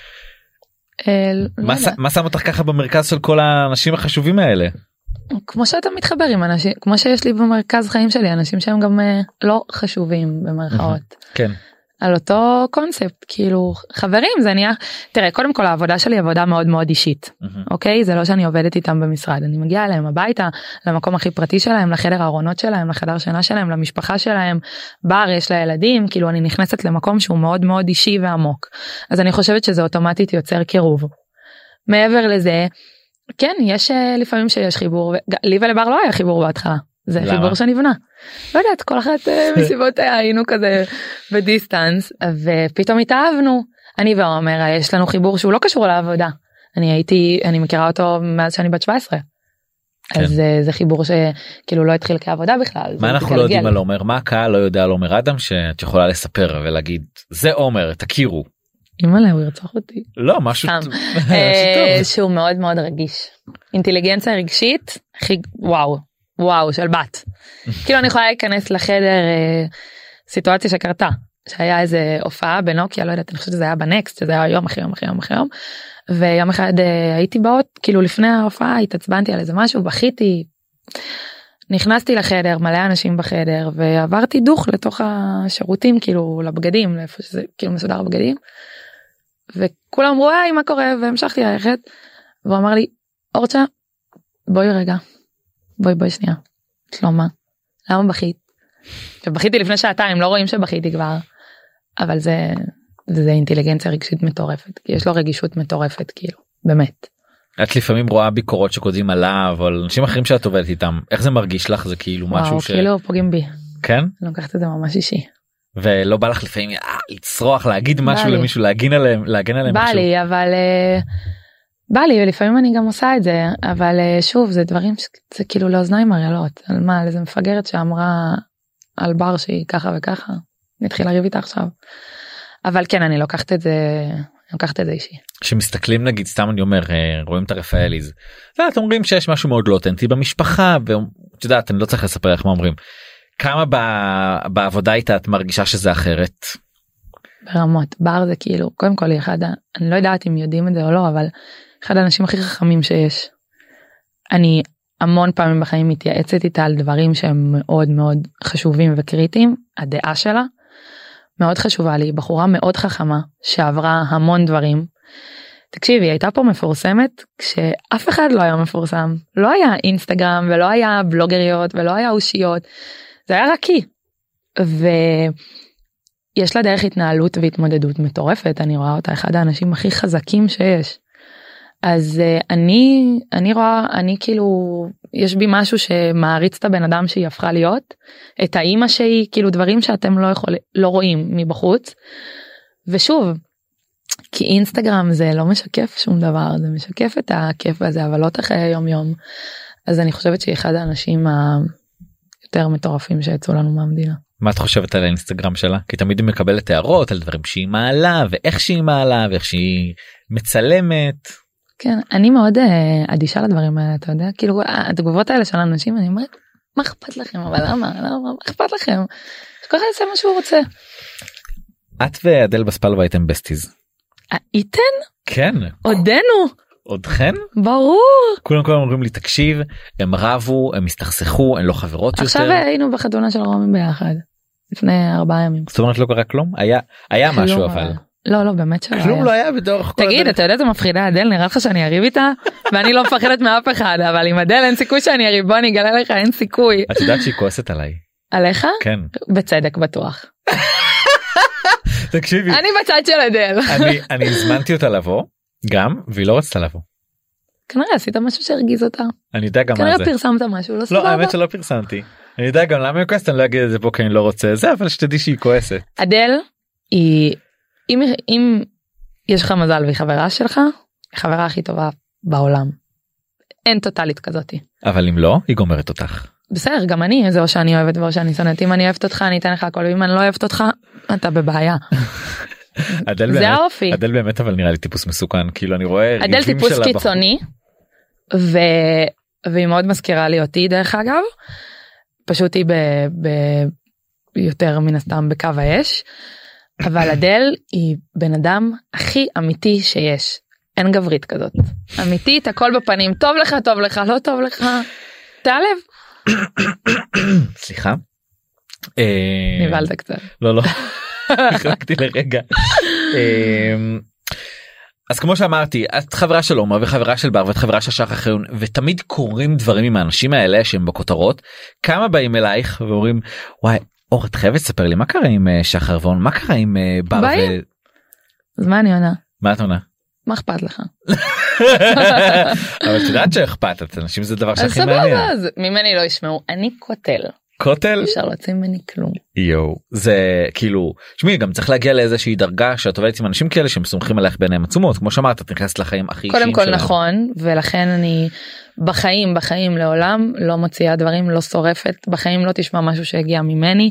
אה, מה, לא ש, מה שם אותך ככה במרכז של כל האנשים החשובים האלה? כמו שאתה מתחבר עם אנשים, כמו שיש לי במרכז חיים שלי אנשים שהם גם אה, לא חשובים במרכאות. כן. על אותו קונספט, כאילו חברים זה נהיה, תראה קודם כל העבודה שלי עבודה מאוד מאוד אישית, אוקיי? זה לא שאני עובדת איתם במשרד, אני מגיעה אליהם הביתה, למקום הכי פרטי שלהם, לחדר הארונות שלהם, לחדר שינה שלהם, למשפחה שלהם, בר יש לה ילדים, כאילו אני נכנסת למקום שהוא מאוד מאוד אישי ועמוק, אז אני חושבת שזה אוטומטית יוצר קירוב. מעבר לזה, כן יש לפעמים שיש חיבור, לי ולבר לא היה חיבור בהתחלה. זה למה? חיבור שנבנה. לא יודעת, כל אחת מסיבות היינו כזה בדיסטנס, ופתאום התאהבנו. אני ועומר, יש לנו חיבור שהוא לא קשור לעבודה. אני הייתי, אני מכירה אותו מאז שאני בת שבע עשרה. כן. אז זה, זה חיבור שכאילו לא התחיל כעבודה בכלל. מה אנחנו לא יודעים על עומר? מה הקהל לא יודע על עומר אדם שאת יכולה לספר ולהגיד, זה עומר, תכירו. אימא'לה, הוא ירצח אותי. לא, משהו טוב. שהוא מאוד מאוד רגיש. אינטליגנציה רגשית, וואו. וואו של בת. כאילו אני יכולה להיכנס לחדר סיטואציה שקרתה, שהיה איזה הופעה בנוקיה, לא יודעת, אני חושבת שזה היה בנקסט, שזה היה יום אחרי יום אחרי יום אחרי יום, ויום אחד הייתי באות, כאילו לפני ההופעה התעצבנתי על איזה משהו, בכיתי, נכנסתי לחדר, מלא אנשים בחדר, ועברתי דוך לתוך השירותים, כאילו לבגדים, לאיפה שזה כאילו מסודר בגדים, וכולם אמרו, היי מה קורה, והמשכתי ללכת, והוא אמר לי, אורצ'ה, בואי רגע. בואי בואי שנייה, שלמה, למה בכית? שבכיתי לפני שעתיים, לא רואים שבכיתי כבר, אבל זה, זה אינטליגנציה רגשית מטורפת, כי יש לו רגישות מטורפת, כאילו, באמת. את לפעמים רואה ביקורות שכותבים עליו, או על אנשים אחרים שאת עובדת איתם, איך זה מרגיש לך? זה כאילו משהו וואו, ש... כאילו פוגעים בי. כן? אני לוקחת את זה ממש אישי. ולא בא לך לפעמים אה, לצרוח, להגיד משהו לי. למישהו, להגן עליהם, להגן עליהם בא משהו? בא לי, אבל... בא לי, ולפעמים אני גם עושה את זה, אבל שוב, זה דברים שזה כאילו לאוזניים ערלות, על מה, על איזה מפגרת שאמרה על בר שהיא ככה וככה, נתחיל לריב איתה עכשיו. אבל כן, אני לוקחת את זה, לוקחת את זה אישי. כשמסתכלים נגיד, סתם אני אומר, רואים את הרפאליז, ואתם אומרים שיש משהו מאוד לא אותנטי במשפחה, ואת יודעת, אני לא צריך לספר איך מה אומרים. כמה בעבודה איתה את מרגישה שזה אחרת? ברמות, בר זה כאילו, קודם כל היא אחד, אני לא יודעת אם יודעים את זה או לא, אבל אחד האנשים הכי חכמים שיש. אני המון פעמים בחיים מתייעצת איתה על דברים שהם מאוד מאוד חשובים וקריטיים, הדעה שלה מאוד חשובה לי, בחורה מאוד חכמה שעברה המון דברים. תקשיבי, היא הייתה פה מפורסמת כשאף אחד לא היה מפורסם, לא היה אינסטגרם ולא היה בלוגריות ולא היה אושיות, זה היה רק היא. ויש לה דרך התנהלות והתמודדות מטורפת, אני רואה אותה אחד האנשים הכי חזקים שיש. אז uh, אני אני רואה אני כאילו יש בי משהו שמעריץ את הבן אדם שהיא הפכה להיות, את האימא שהיא, כאילו דברים שאתם לא יכולים לא רואים מבחוץ. ושוב, כי אינסטגרם זה לא משקף שום דבר, זה משקף את הכיף הזה, אבל לא תחי היום יום. אז אני חושבת שהיא אחד האנשים היותר מטורפים שיצאו לנו מהמדינה. מה את חושבת על האינסטגרם שלה? כי תמיד היא מקבלת הערות על דברים שהיא מעלה ואיך שהיא מעלה ואיך שהיא מצלמת. כן, אני מאוד אדישה לדברים האלה, אתה יודע, כאילו התגובות האלה של אנשים, אני אומרת, מה אכפת לכם? אבל למה? למה? מה אכפת לכם? שכל אחד יעשה מה שהוא רוצה. את ואדל בספלווה הייתם בסטיז. הייתן? כן. עודנו. עודכן? ברור. כולם כולם אומרים לי, תקשיב, הם רבו, הם הסתכסכו, הן לא חברות יותר. עכשיו היינו בחתונה של רומי ביחד, לפני ארבעה ימים. זאת אומרת לא קרה כלום? היה, היה משהו אבל. לא, לא, באמת שלא היה. כלום לא היה בדרך כל... תגיד, אתה יודע, זה מפחידה, אדל, נראה לך שאני אריב איתה? ואני לא מפחדת מאף אחד, אבל עם אדל אין סיכוי שאני אריב, בוא אני אגלה לך, אין סיכוי. את יודעת שהיא כועסת עליי. עליך? כן. בצדק בטוח. תקשיבי. אני בצד של אדל. אני, אני הזמנתי אותה לבוא, גם, והיא לא רצתה לבוא. כנראה עשית משהו שהרגיז אותה. אני יודע גם מה זה. כנראה פרסמת משהו, לא סבבה. לא, האמת שלא פרסמתי. אני יודע גם למה היא כועסת, אני לא אגיד את זה פה כי אני לא רוצה זה, אבל שתדעי שהיא כועסת. אדל היא, אם, אם יש לך מזל והיא חברה שלך, היא חברה הכי טובה בעולם. אין טוטלית כזאתי. אבל אם לא, היא גומרת אותך. בסדר, גם אני, זה או שאני אוהבת ואו שאני שונאת. אם אני אוהבת אותך, אני אתן לך הכל, ואם אני לא אוהבת אותך, אתה בבעיה. זה האופי. אדל באמת אבל נראה לי טיפוס מסוכן, כאילו אני רואה... אדל טיפוס קיצוני, והיא מאוד מזכירה לי אותי דרך אגב, פשוט היא יותר מן הסתם בקו האש, אבל אדל היא בן אדם הכי אמיתי שיש, אין גברית כזאת, אמיתית, הכל בפנים, טוב לך, טוב לך, לא טוב לך, תעלב. סליחה. נבלת קצת. לא, לא. החלקתי לרגע. אז כמו שאמרתי, את חברה של עומר וחברה של בר ואת חברה של שחר חיון, ותמיד קורים דברים עם האנשים האלה שהם בכותרות. כמה באים אלייך ואומרים, וואי, אור, את חייבת לספר לי, מה קרה עם שחר ואון? מה קרה עם בר? באים. אז מה אני עונה? מה את עונה? מה אכפת לך? אבל את יודעת שאכפת, את אנשים זה דבר שהכי מעניין. אז סבבה, ממני לא ישמעו, אני קוטל. קוטל? אפשר להוציא ממני כלום. יואו, זה כאילו, שמי, גם צריך להגיע לאיזושהי דרגה שאת עובדת עם אנשים כאלה שהם סומכים עליך בעיניים עצומות, כמו שאמרת, את נכנסת לחיים הכי אישיים שלנו. קודם כל נכון, ולכן אני בחיים, בחיים לעולם לא מוציאה דברים, לא שורפת, בחיים לא תשמע משהו שהגיע ממני,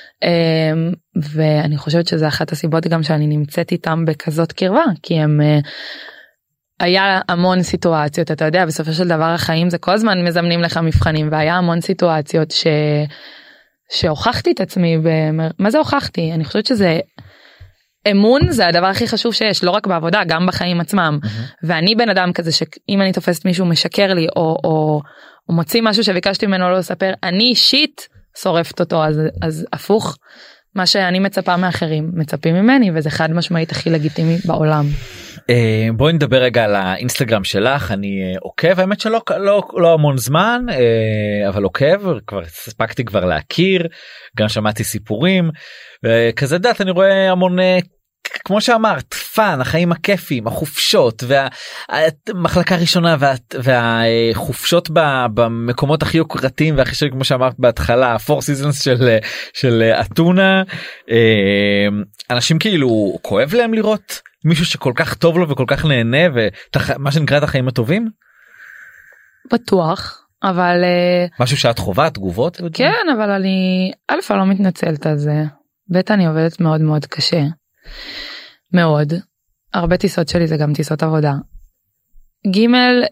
ואני חושבת שזה אחת הסיבות גם שאני נמצאת איתם בכזאת קרבה, כי הם... היה המון סיטואציות, אתה יודע, בסופו של דבר החיים זה כל הזמן מזמנים לך מבחנים, והיה המון סיטואציות ש... שהוכחתי את עצמי, במר... מה זה הוכחתי? אני חושבת שזה, אמון זה הדבר הכי חשוב שיש, לא רק בעבודה, גם בחיים עצמם, mm-hmm. ואני בן אדם כזה שאם אני תופסת מישהו משקר לי, או, או, או מוציא משהו שביקשתי ממנו לא לספר, אני אישית שורפת אותו, אז, אז הפוך, מה שאני מצפה מאחרים, מצפים ממני, וזה חד משמעית הכי לגיטימי בעולם. בואי נדבר רגע על האינסטגרם שלך, אני עוקב, האמת שלא לא, לא המון זמן, אבל עוקב, כבר הספקתי כבר להכיר, גם שמעתי סיפורים, וכזה דעת אני רואה המון, כמו שאמרת, פאן, החיים הכיפים, החופשות, והמחלקה הראשונה והחופשות במקומות הכי יוקרתיים והכי שלי, כמו שאמרת בהתחלה, four seasons של, של אתונה, אנשים כאילו כואב להם לראות מישהו שכל כך טוב לו וכל כך נהנה ומה שנקרא את החיים הטובים? בטוח, אבל... משהו שאת חובה, תגובות? כן, אבל אני, א', אני לא מתנצלת על זה, ב', אני עובדת מאוד מאוד קשה. מאוד, הרבה טיסות שלי זה גם טיסות עבודה. ג'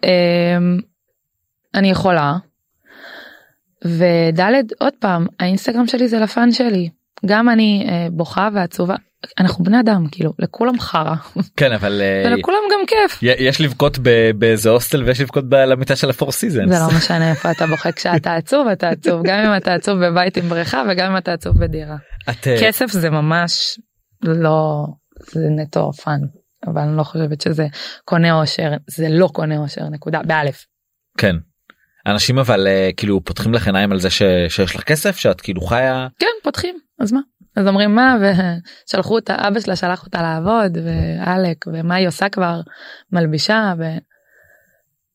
אני יכולה, וד' עוד פעם, האינסטגרם שלי זה לפן שלי, גם אני בוכה ועצובה, אנחנו בני אדם, כאילו, לכולם חרה. כן, אבל... ולכולם גם כיף. יש לבכות באיזה הוסטל ויש לבכות למיטה של הפור סיזנס. זה לא משנה איפה אתה בוכה, כשאתה עצוב, אתה עצוב, גם אם אתה עצוב בבית עם בריכה וגם אם אתה עצוב בדירה. כסף זה ממש לא, זה נטו פן, אבל אני לא חושבת שזה קונה אושר, זה לא קונה אושר, נקודה, באלף. כן. אנשים אבל כאילו פותחים לך עיניים על זה שיש לך כסף, שאת כאילו חיה... כן, פותחים, אז מה? אז אומרים מה, ושלחו אותה, אבא שלה שלח אותה לעבוד, ואלק, ומה היא עושה כבר, מלבישה, ו...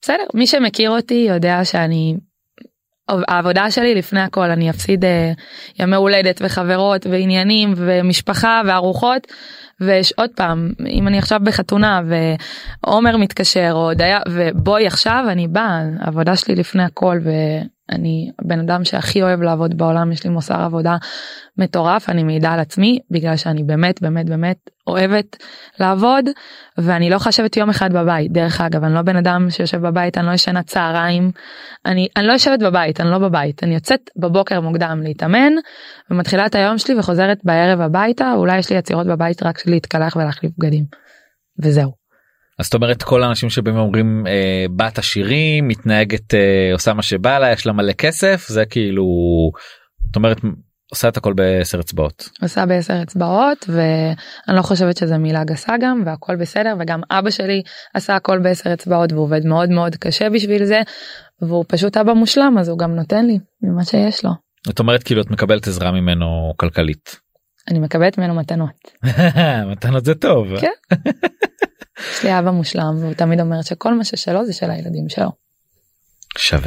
בסדר, מי שמכיר אותי יודע שאני, העבודה שלי לפני הכל, אני אפסיד ימי הולדת וחברות ועניינים ומשפחה וארוחות, ויש עוד פעם, אם אני עכשיו בחתונה ועומר מתקשר או דייה, ובואי עכשיו אני באה, העבודה שלי לפני הכל, ואני בן אדם שהכי אוהב לעבוד בעולם, יש לי מוסר עבודה מטורף, אני מעידה על עצמי, בגלל שאני באמת באמת באמת אוהבת לעבוד, ואני לא חשבת יום אחד בבית, דרך אגב, אני לא בן אדם שיושב בבית, אני לא ישנה צהריים, אני, אני לא יושבת בבית, אני לא בבית, אני יוצאת בבוקר מוקדם להתאמן, ומתחילה את היום שלי וחוזרת בערב הביתה, אולי יש לי יצירות בבית רק שלי להתקלח ולהחליף בגדים, וזהו. אז זאת אומרת כל האנשים שבאים אומרים אה, בת עשירים, מתנהגת, אה, עושה מה שבא לה, יש לה מלא כסף, זה כאילו, זאת אומרת, עושה את הכל בעשר אצבעות. עושה בעשר אצבעות, ואני לא חושבת שזה מילה גסה גם, והכל בסדר, וגם אבא שלי עשה הכל בעשר אצבעות, והוא עובד מאוד מאוד קשה בשביל זה, והוא פשוט אבא מושלם, אז הוא גם נותן לי ממה שיש לו. זאת אומרת כאילו את מקבלת עזרה ממנו כלכלית. אני מקבלת ממנו מתנות. מתנות זה טוב. כן. יש לי אבא מושלם, והוא תמיד אומר שכל מה ששלו זה של הילדים שלו. שווה.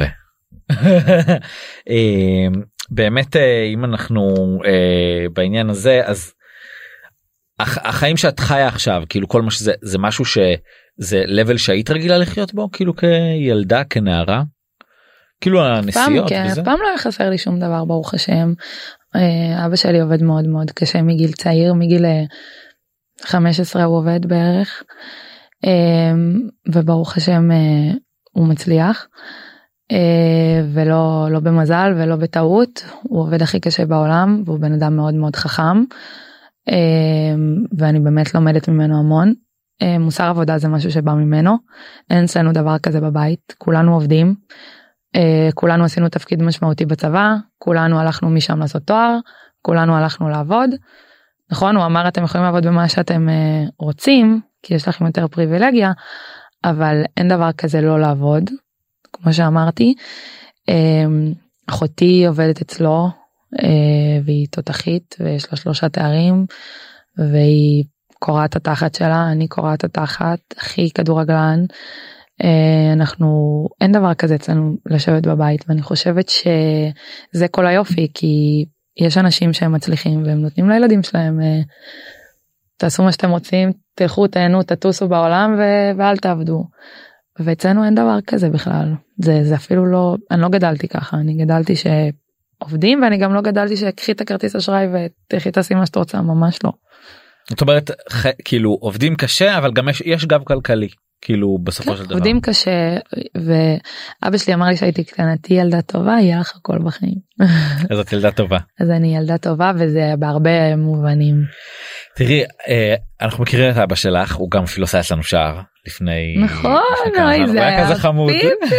באמת אם אנחנו בעניין הזה, אז החיים שאת חיה עכשיו, כאילו כל מה שזה, זה משהו שזה לבל שהיית רגילה לחיות בו, כאילו כילדה, כנערה? כאילו הנסיעות וזה? אף פעם לא היה חסר לי שום דבר, ברוך השם. אבא שלי עובד מאוד מאוד קשה מגיל צעיר, מגיל חמש עשרה הוא עובד בערך, וברוך השם הוא מצליח, ולא לא במזל ולא בטעות, הוא עובד הכי קשה בעולם, והוא בן אדם מאוד מאוד חכם, ואני באמת לומדת ממנו המון. מוסר עבודה זה משהו שבא ממנו, אין אצלנו דבר כזה בבית, כולנו עובדים, כולנו עשינו תפקיד משמעותי בצבא, כולנו הלכנו משם לעשות תואר, כולנו הלכנו לעבוד, נכון, הוא אמר אתם יכולים לעבוד במה שאתם רוצים, כי יש לכם יותר פריבילגיה, אבל אין דבר כזה לא לעבוד, כמו שאמרתי. אחותי עובדת אצלו, והיא תותחית, ויש לה שלושה תארים, והיא קוראת התחת שלה, אני קוראת התחת, הכי כדורגלן, אנחנו, אין דבר כזה אצלנו לשבת בבית, ואני חושבת שזה כל היופי, כי יש אנשים שהם מצליחים, והם נותנים לילדים שלהם, תעשו מה שאתם רוצים, תלכו, תהנו, תטוסו בעולם, ו- ואל תעבדו. ואצלנו אין דבר כזה בכלל. זה, זה אפילו לא, אני לא גדלתי ככה, אני גדלתי שעובדים, ואני גם לא גדלתי שקחי את הכרטיס אשראי, ותלכי תעשי מה שאת רוצה, ממש לא. זאת אומרת, כאילו, עובדים קשה, אבל גם יש, יש גב כלכלי, כאילו, בסופו של דבר. עובדים קשה, ואבא שלי אמר לי שהייתי קטנה, תהי ילדה טובה, יהיה לך הכל בחיים. אז את ילדה טובה. אז אני ילדה טובה, וזה בהרבה מובנים. תראי, אנחנו מכירים את אבא שלך, הוא גם אפילו עשה אצלנו שער לפני... נכון, אוי, זה היה פיפי.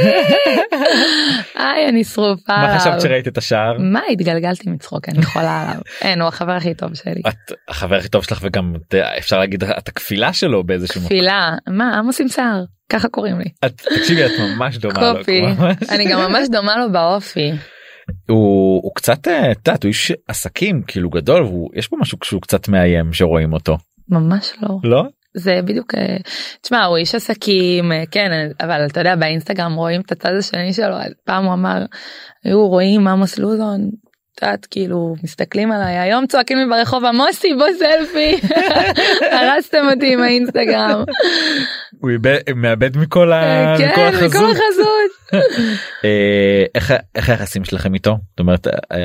איי, אני שרופה עליו. מה חשבת שראית את השער? מה, התגלגלתי מצחוק, אני חולה עליו. אין, הוא החבר הכי טוב שלי. את החבר הכי טוב שלך, וגם אפשר להגיד את הכפילה שלו באיזשהו מקום. כפילה, מה, עמוס עם שער, ככה קוראים לי. תקשיבי, את ממש דומה לו. קופי, אני גם ממש דומה לו באופי. הוא, הוא קצת, תת, הוא איש עסקים כאילו גדול, ויש פה משהו שהוא קצת מאיים שרואים אותו. ממש לא. לא? זה בדיוק, תשמע, הוא איש עסקים, כן, אבל אתה יודע, באינסטגרם רואים את הצד השני שלו, פעם הוא אמר, היו רואים עמוס לוזון, תת, כאילו, מסתכלים עליי, היום צועקים לי ברחוב, עמוסי, בוא סלפי, הרסתם אותי עם האינסטגרם. הוא מאבד מכל החזות. כן, מכל החזות. איך היחסים שלכם איתו? זאת אומרת,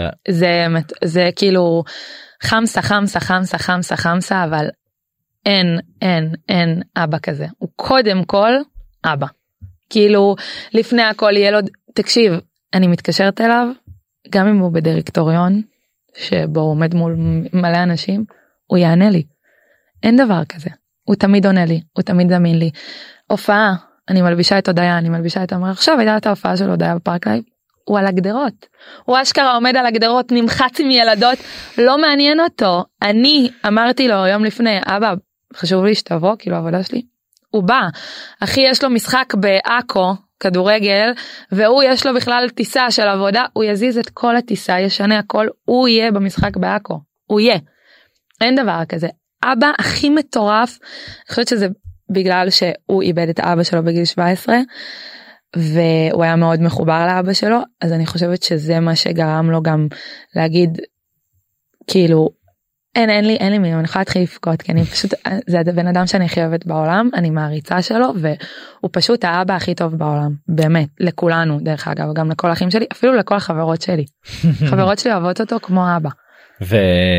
זה כאילו, חמסה, חמסה, חמסה, חמסה, חמסה, אבל אין, אין, אין אבא כזה. הוא קודם כל אבא. כאילו, לפני הכל יהיה לו, תקשיב, אני מתקשרת אליו, גם אם הוא בדירקטוריון, שבו הוא עומד מול מלא אנשים, הוא יענה לי. אין דבר כזה. הוא תמיד עונה לי, הוא תמיד זמין לי. הופעה, אני מלבישה את הודעה, אני מלבישה את המרח, עכשיו הייתה את ההופעה של הודעה בפארק לייב, הוא על הגדרות. הוא אשכרה עומד על הגדרות, נמחץ עם ילדות, לא מעניין אותו. אני אמרתי לו יום לפני, אבא, חשוב לי שתבוא, כאילו העבודה שלי. הוא בא, אחי יש לו משחק באקו, כדורגל, והוא יש לו בכלל טיסה של עבודה, הוא יזיז את כל הטיסה, ישנה הכל, הוא יהיה במשחק באקו, הוא יהיה. אין דבר כזה. אבא הכי מטורף, אני חושבת שזה בגלל שהוא איבד את האבא שלו בגיל שבע עשרה, והוא היה מאוד מחובר לאבא שלו, אז אני חושבת שזה מה שגרם לו גם להגיד, כאילו, אין, אין לי, אין לי מי, אני יכולה להתחיל לפקוד, כי אני פשוט, זה הבן אדם שאני הכי אוהבת בעולם, אני מעריצה שלו, והוא פשוט האבא הכי טוב בעולם, באמת, לכולנו, דרך אגב, גם לכל האחים שלי, אפילו לכל החברות שלי. חברות שלי אוהבות אותו כמו אבא. ו...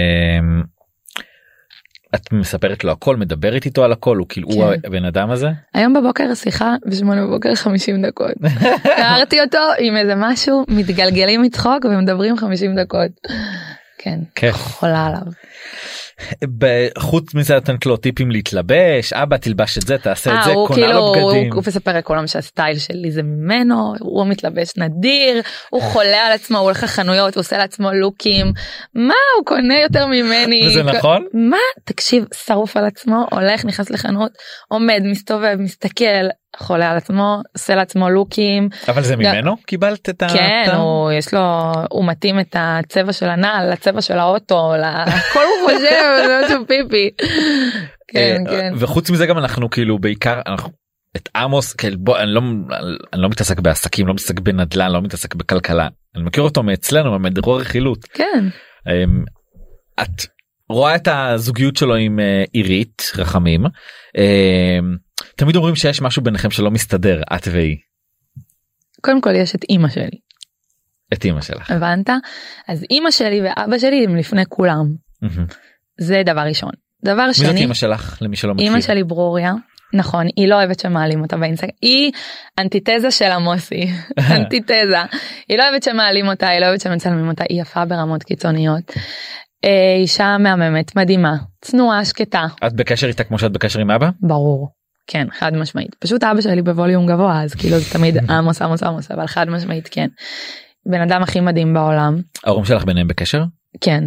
את מספרת לו הכל, מדברת איתו על הכל, הוא כאילו, הוא הבן אדם הזה? היום בבוקר שיחה, בשמונה בבוקר חמישים דקות. הערתי אותו עם איזה משהו, מתגלגלים מצחוק ומדברים חמישים דקות. כן, חולה עליו. חוץ מזה נתנת לו טיפים להתלבש, אבא תלבש את זה, תעשה את זה, קונה לו בגדים. הוא מספר לכולם שהסטייל שלי זה ממנו, הוא מתלבש נדיר, הוא חולה על עצמו, הוא הולך לחנויות, הוא עושה לעצמו לוקים, מה הוא קונה יותר ממני? וזה נכון? מה? תקשיב, שרוף על עצמו, הולך, נכנס לחנות, עומד, מסתובב, מסתכל, חולה על עצמו, עושה לעצמו לוקים. אבל זה ממנו? קיבלת את ה... כן, הוא, יש לו, הוא מתאים את הצבע של הנעל, לצבע של האוטו, לכל הוא חושב, זה משהו פיפי. כן, כן. וחוץ מזה גם אנחנו כאילו בעיקר, אנחנו, את עמוס, כאילו בוא, אני לא, אני לא מתעסק בעסקים, לא מתעסק בנדל"ן, לא מתעסק בכלכלה. אני מכיר אותו מאצלנו, ממדרור רכילות. כן. את רואה את הזוגיות שלו עם עירית רחמים. תמיד אומרים שיש משהו ביניכם שלא מסתדר, את והיא. קודם כל יש את אמא שלי. את אמא שלך. הבנת? אז אמא שלי ואבא שלי הם לפני כולם. זה דבר ראשון. דבר שני. מי זאת אמא שלך למי שלא מכיר? אמא שלי ברוריה. נכון, היא לא אוהבת שמעלים אותה באינסטגרם. היא אנטיתזה של עמוסי. אנטיתזה. היא לא אוהבת שמעלים אותה, היא לא אוהבת שמצלמים אותה. היא יפה ברמות קיצוניות. אישה מהממת, מדהימה, צנועה, שקטה. את בקשר איתה כמו שאת בקשר עם אבא? ברור. כן, חד משמעית. פשוט אבא שלי בווליום גבוה, אז כאילו זה תמיד עמוס, עמוס, עמוס, אבל חד משמעית כן. בן אדם הכי מדהים בעולם. ההורים שלך ביניהם בקשר? כן.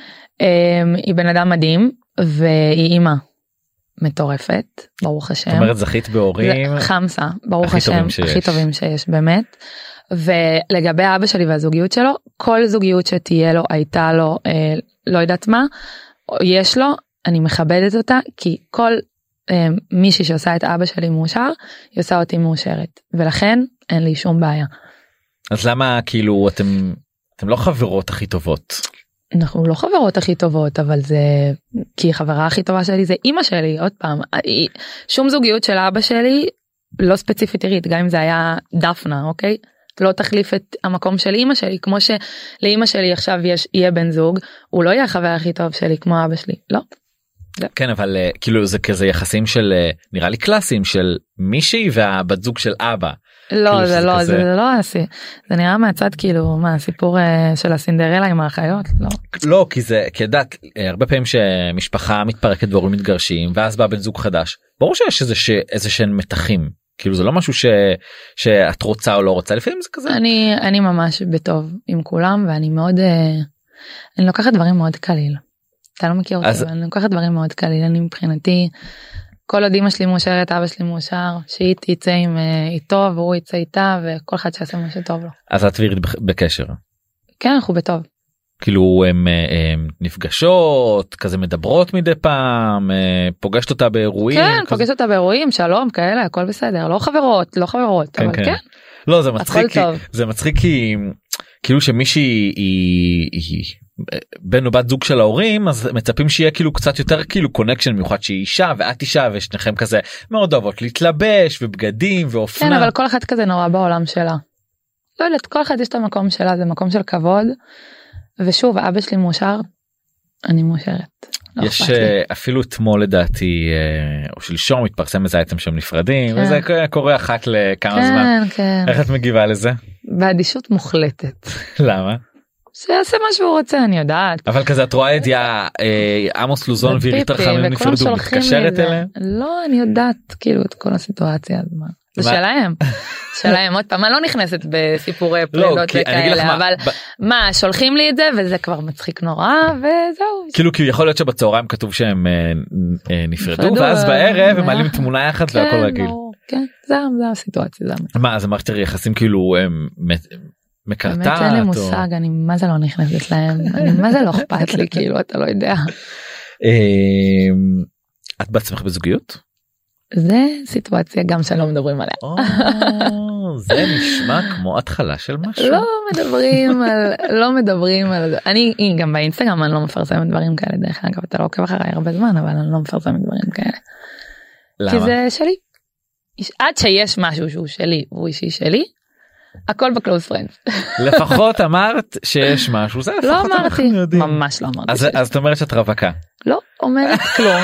היא בן אדם מדהים, והיא אימא מטורפת, ברוך השם. זאת אומרת זכית בהורים? חמסה, ברוך השם, הכי טובים שיש, באמת. ולגבי אבא שלי והזוגיות שלו, כל זוגיות שתהיה לו, הייתה לו, לא יודעת מה, יש לו, אני מכבדת אותה, כי כל מישהי שעושה את אבא שלי מאושר, היא עושה אותי מאושרת, ולכן אין לי שום בעיה. אז למה כאילו אתם, אתם לא חברות הכי טובות? אנחנו לא חברות הכי טובות, אבל זה, כי חברה הכי טובה שלי זה אמא שלי, עוד פעם, שום זוגיות של אבא שלי, לא ספציפית עירית, גם אם זה היה דפנה, אוקיי? לא תחליף את המקום של אמא שלי, כמו שלאמא שלי עכשיו יש, יהיה בן זוג, הוא לא יהיה החבר הכי טוב שלי כמו אבא שלי, לא. כן, אבל כאילו זה כזה יחסים של נראה לי קלאסיים של מישהי והבת זוג של אבא. לא, זה לא, זה לא, זה נראה מהצד כאילו מה הסיפור של הסינדרלה עם האחיות, לא. לא, כי זה, כי ידעת, הרבה פעמים שמשפחה מתפרקת והורים מתגרשים ואז בא בן זוג חדש, ברור שיש איזה שהן מתחים, כאילו זה לא משהו ש, שאת רוצה או לא רוצה, לפעמים זה כזה. אני, אני ממש בטוב עם כולם ואני מאוד, אני לוקחת דברים מאוד קליל. אתה לא מכיר אותי, אבל אני לוקחת דברים מאוד קליל, אני מבחינתי, כל עוד אמא שלי מאושרת, אבא שלי מאושר, שהיא תצא עם איתו והוא יצא איתה, וכל אחד שיעשה מה שטוב לו. אז את ועירית בקשר? כן, אנחנו בטוב. כאילו הם נפגשות, כזה מדברות מדי פעם, פוגשת אותה באירועים? כן, פוגשת אותה באירועים, שלום, כאלה, הכל בסדר, לא חברות, לא חברות, אבל כן. לא, זה מצחיק, זה מצחיק כי כאילו שמישהי היא בן או בת זוג של ההורים, אז מצפים שיהיה כאילו קצת יותר כאילו קונקשן, מיוחד שהיא אישה ואת אישה ושניכם כזה מאוד אוהבות להתלבש ובגדים ואופנה. כן, אבל כל אחד כזה נורא בעולם שלה. לא יודעת, כל אחד יש את המקום שלה, זה מקום של כבוד. ושוב, אבא שלי מאושר, אני מאושרת. לא יש אפילו אתמול לדעתי, או שלשום התפרסם איזה אייטם שהם נפרדים, כן. וזה קורה אחת לכמה כן, זמן. כן. איך את מגיבה לזה? באדישות מוחלטת. למה? שיעשה מה שהוא רוצה, אני יודעת. אבל כזה את רואה את עמוס לוזון ועירית רחמים נפרדו, מתקשרת אליהם? לא, אני יודעת כאילו את כל הסיטואציה. זה שלהם, שלהם, עוד פעם, אני לא נכנסת בסיפורי פרידות וכאלה, אבל מה, שולחים לי את זה וזה כבר מצחיק נורא וזהו. כאילו כי יכול להיות שבצהריים כתוב שהם נפרדו ואז בערב הם מעלים תמונה יחד והכל רגיל. כן, זה הסיטואציה. מה, אז המערכת היחסים כאילו מקרטעת? באמת אין לי מושג, אני מה זה לא נכנסת להם, מה זה לא אכפת לי, כאילו אתה לא יודע. את בעצמך בזוגיות? זה סיטואציה גם שלא מדברים עליה. זה נשמע כמו התחלה של משהו. לא מדברים על, לא מדברים על, אני גם באינסטגרם אני לא מפרסמת דברים כאלה, דרך אגב, אתה לא עוקב אחריי הרבה זמן, אבל אני לא מפרסמת דברים כאלה. למה? כי זה שלי. עד שיש משהו שהוא שלי, והוא אישי שלי, הכל בקלוז פרנדס. לפחות אמרת שיש משהו, זה לא לפחות אנחנו אמרתי, יודעים. ממש לא אמרתי. אז, אז את אומרת שאת רווקה. לא אומרת כלום.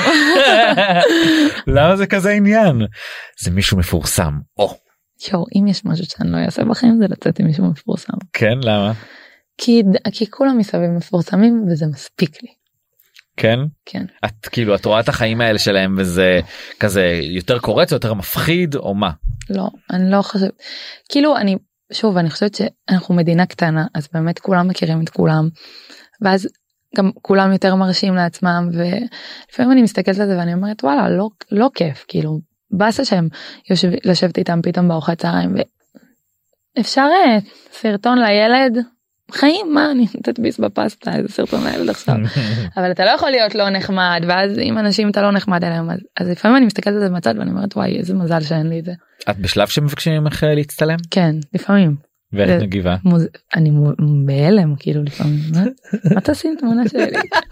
למה זה כזה עניין? זה מישהו מפורסם. או. יו, אם יש משהו שאני לא אעשה בחיים זה לצאת עם מישהו מפורסם. כן, למה? כי, כי כולם מסביב מפורסמים וזה מספיק לי. כן? כן. את כאילו את רואה את החיים האלה שלהם וזה כזה יותר קורץ, יותר מפחיד או מה? לא, אני לא חושבת. כאילו אני, שוב, אני חושבת שאנחנו מדינה קטנה, אז באמת כולם מכירים את כולם. ואז גם כולם יותר מרשים לעצמם, ולפעמים אני מסתכלת על זה ואני אומרת, וואלה, לא, לא כיף, כאילו, בסה שהם יושב, לשבת איתם פתאום בארוחת צהריים, ואפשר סרטון לילד, חיים, מה, אני תדפיס בפסטה, איזה סרטון לילד עכשיו, אבל אתה לא יכול להיות לא נחמד, ואז אם אנשים אתה לא נחמד אליהם, אז, אז לפעמים אני מסתכלת על זה בצד, ואני אומרת, וואי, איזה מזל שאין לי את זה. את בשלב שמבקשים ממך להצטלם? כן, לפעמים. ואיך מגיבה? אני בהלם כאילו לפעמים, מה תשים תמונה שלי?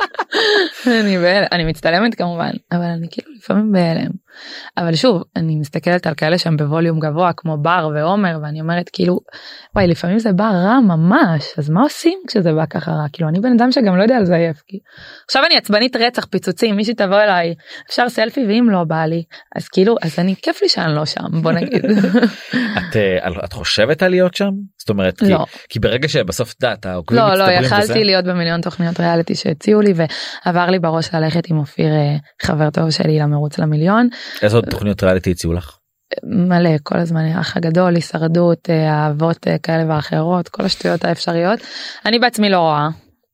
אני מצטלמת כמובן, אבל אני כאילו לפעמים בהלם. אבל שוב, אני מסתכלת על כאלה שהם בווליום גבוה כמו בר ועומר, ואני אומרת כאילו, וואי, לפעמים זה בא רע ממש, אז מה עושים כשזה בא ככה רע? כאילו אני בן אדם שגם לא יודע לזייף. עכשיו אני עצבנית רצח, פיצוצים, מישהי תבוא אליי, אפשר סלפי, ואם לא בא לי, אז כאילו, אז אני כיף לי שאני לא שם, בוא נגיד. את חושבת על להיות שם? זאת אומרת, לא. כי, כי ברגע שבסוף דעת, לא, לא, יכלתי להיות במיליון תוכניות ריאליטי שהציעו לי, ועבר לי בראש ללכת עם אופיר, חבר טוב שלי, למרוץ למיליון. איזה עוד תוכניות ריאליטי הציעו לך? מלא, כל הזמן, האח הגדול, הישרדות, אהבות כאלה ואחרות, כל השטויות האפשריות. אני בעצמי לא רואה,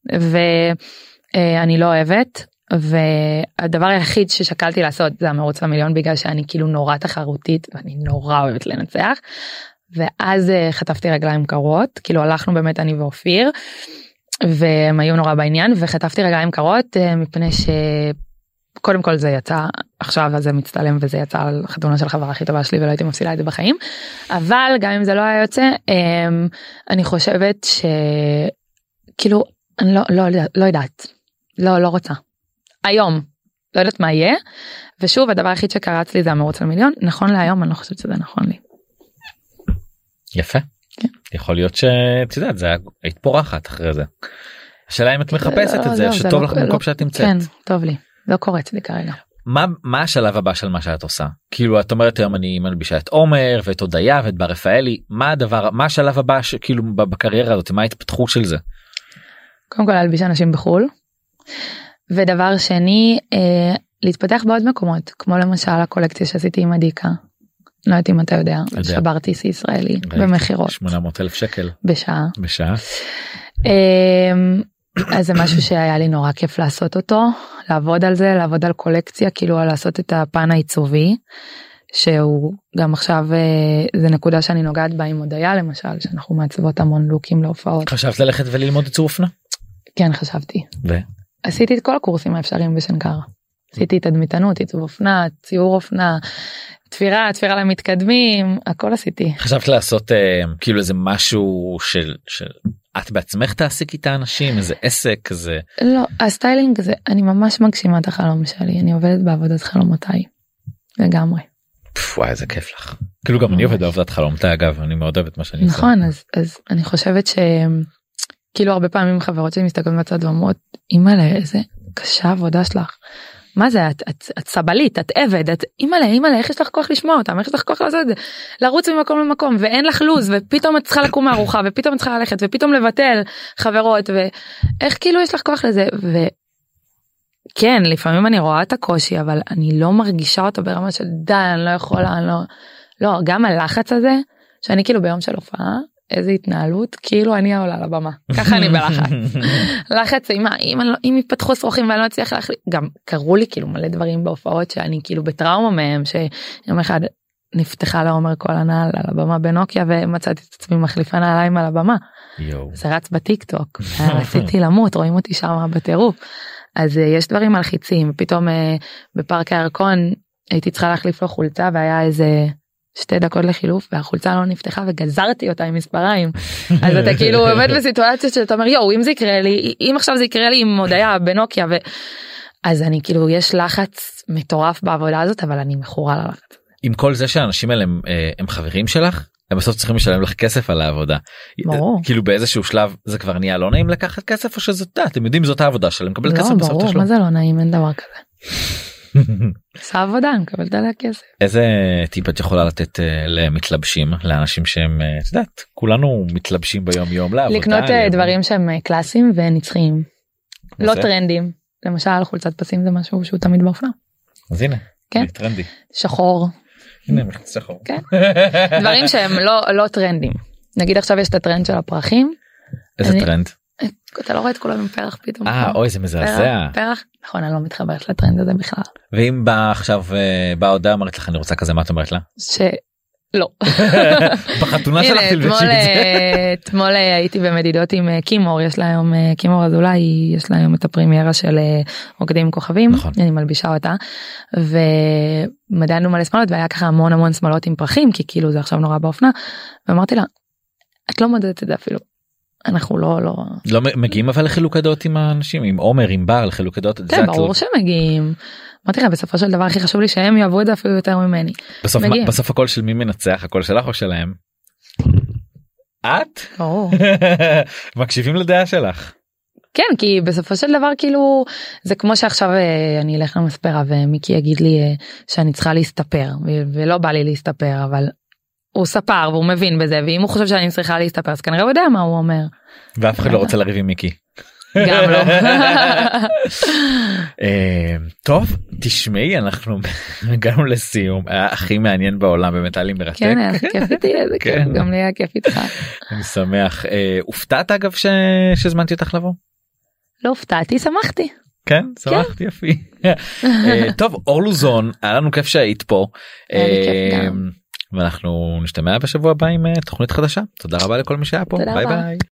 ואני לא אוהבת, והדבר היחיד ששקלתי לעשות זה המרוץ למיליון, בגלל שאני כאילו נורא תחרותית, ואני נורא אוהבת לנצח. ואז חטפתי רגליים קרות, כאילו הלכנו באמת אני ואופיר, והם היו נורא בעניין, וחטפתי רגליים קרות, מפני שקודם כל זה יצא, עכשיו זה מצטלם, וזה יצא על חתונה של חברה הכי טובה שלי, ולא הייתי מפסידה את זה בחיים, אבל גם אם זה לא היה יוצא, אני חושבת שכאילו, אני לא, לא, לא יודעת, לא, לא רוצה. היום, לא יודעת מה יהיה, ושוב, הדבר היחיד שקרץ לי זה המרוץ למיליון, נכון להיום, אני לא חושבת שזה נכון לי. יפה. כן. יכול להיות שאת יודעת, זה היית פורחת אחרי זה. השאלה אם את מחפשת את זה, שטוב לך במקום שאת נמצאת. כן, טוב לי. לא קורץ לי כרגע. מה, מה השלב הבא של מה שאת עושה? כאילו את אומרת היום אני מלבישה את עומר ואת הודיה ואת בר רפאלי, מה הדבר, מה השלב הבא שכאילו בקריירה הזאת, מה ההתפתחות של זה? קודם כל להלביש אנשים בחול. ודבר שני, אה, להתפתח בעוד מקומות, כמו למשל הקולקציה שעשיתי עם הדיקה. לא יודעת אם אתה יודע, שברתי סי ישראלי במחירות. שמונה מאות אלף שקל. בשעה. בשעה. אז זה משהו שהיה לי נורא כיף לעשות אותו, לעבוד על זה, לעבוד על קולקציה, כאילו לעשות את הפן העיצובי, שהוא גם עכשיו, זה נקודה שאני נוגעת בה עם הודיה למשל, שאנחנו מעצבות המון לוקים להופעות. חשבת ללכת וללמוד עיצוב אופנה? כן, חשבתי. ו? עשיתי את כל הקורסים האפשריים בשנקר. עשיתי את הדמיתנות, עיצוב אופנה, ציור אופנה, תפירה, תפירה למתקדמים, הכל עשיתי. חשבת לעשות אה, כאילו איזה משהו של, של את בעצמך תעסיק איתה אנשים, איזה עסק כזה? לא, הסטיילינג הזה, אני ממש מגשימה את החלום שלי, אני עובדת בעבודת חלומותיי, לגמרי. וואי, איזה כיף לך. כאילו גם אני עובד בעבודת חלומותיי, אגב, אני מאוד אוהבת מה שאני עושה. נכון, אז, אז אני חושבת ש... כאילו הרבה פעמים חברות שלי מסתכלות בצד ואומרות, אימא'לה, איזה קשה עבודה שלך. מה זה, את, את, את סבלית, את עבד, את אימא'לה, אימא'לה, איך יש לך כוח לשמוע אותם, איך יש לך כוח לעשות את זה, לרוץ ממקום למקום, ואין לך לוז, ופתאום את צריכה לקום מהארוחה, ופתאום את צריכה ללכת, ופתאום לבטל חברות, ואיך כאילו יש לך כוח לזה, וכן, לפעמים אני רואה את הקושי, אבל אני לא מרגישה אותו ברמה של די, אני לא יכולה, אני לא, לא, גם הלחץ הזה, שאני כאילו ביום של הופעה, איזה התנהלות, כאילו אני העולה לבמה. ככה אני בלחץ. לחץ, אם, אם, אם יפתחו שרוכים ואני לא אצליח להחליט, גם קראו לי כאילו מלא דברים בהופעות שאני כאילו בטראומה מהם, שיום אחד נפתחה לעומר כל הנעל על הבמה בנוקיה, ומצאתי את עצמי מחליפה נעליים על הבמה. זה רץ בטיק טוק, רציתי למות, רואים אותי שם בטירוף. אז יש דברים מלחיצים, פתאום בפארק הירקון הייתי צריכה להחליף לו חולצה, והיה איזה שתי דקות לחילוף והחולצה לא נפתחה וגזרתי אותה עם מספריים. אז אתה כאילו עומד בסיטואציות שאתה אומר יואו אם זה יקרה לי אם עכשיו זה יקרה לי עם הודעה בנוקיה ו... אז אני כאילו יש לחץ מטורף בעבודה הזאת אבל אני מכורה ללחץ. עם כל זה שהאנשים האלה הם, הם חברים שלך הם בסוף צריכים לשלם לך כסף על העבודה. ברור. כאילו באיזשהו שלב זה כבר נהיה לא נעים לקחת כסף או שזאת אתם יודעים זאת העבודה שלהם מקבל כסף בסוף תשלום. לא ברור מה זה לא נעים אין דבר כזה. עושה עבודה אני מקבלת עליה כסף. איזה טיפ את יכולה לתת למתלבשים לאנשים שהם את יודעת כולנו מתלבשים ביום יום לעבודה. לקנות דברים שהם קלאסיים ונצחיים לא טרנדים למשל חולצת פסים זה משהו שהוא תמיד באופנה. אז הנה כן טרנדי שחור. הנה מחצה שחור. כן דברים שהם לא לא טרנדים נגיד עכשיו יש את הטרנד של הפרחים. איזה טרנד? אתה לא רואה את כולם עם פרח פתאום. אה אוי זה מזעזע. פרח נכון אני לא מתחברת לטרנד הזה בכלל. ואם בא עכשיו באה הודעה אמרת לך אני רוצה כזה מה את אומרת לה? שלא. בחתונה שלך תלבשי את זה. אתמול הייתי במדידות עם קימור יש לה היום קימור אז אולי יש לה היום את הפרימיירה של רוקדים עם כוכבים אני מלבישה אותה ומדענו מלא שמאלות והיה ככה המון המון שמאלות עם פרחים כי כאילו זה עכשיו נורא באופנה ואמרתי לה את לא מודדת את זה אפילו. אנחנו לא לא לא מגיעים אבל לחילוקי דעות עם האנשים עם עומר עם בר לחילוקי דעות. כן ברור שמגיעים. אמרתי לך בסופו של דבר הכי חשוב לי שהם יאהבו את זה אפילו יותר ממני. בסוף בסוף הקול של מי מנצח הקול שלך או שלהם? את? ברור. מקשיבים לדעה שלך. כן כי בסופו של דבר כאילו זה כמו שעכשיו אני אלך למספרה ומיקי יגיד לי שאני צריכה להסתפר ולא בא לי להסתפר אבל הוא ספר והוא מבין בזה ואם הוא חושב שאני צריכה להסתפר אז כנראה הוא יודע מה הוא אומר. ואף אחד לא רוצה לריב עם מיקי. גם לא. טוב תשמעי אנחנו הגענו לסיום היה הכי מעניין בעולם באמת היה לי מרתק. כן היה כיף איתי איזה כיף גם לי היה כיף איתך. אני שמח. הופתעת אגב שהזמנתי אותך לבוא? לא הופתעתי שמחתי. כן שמחתי יפי. טוב אור לוזון היה לנו כיף שהיית פה. ואנחנו נשתמע בשבוע הבא עם תוכנית חדשה. תודה רבה לכל מי שהיה פה. ביי ביי.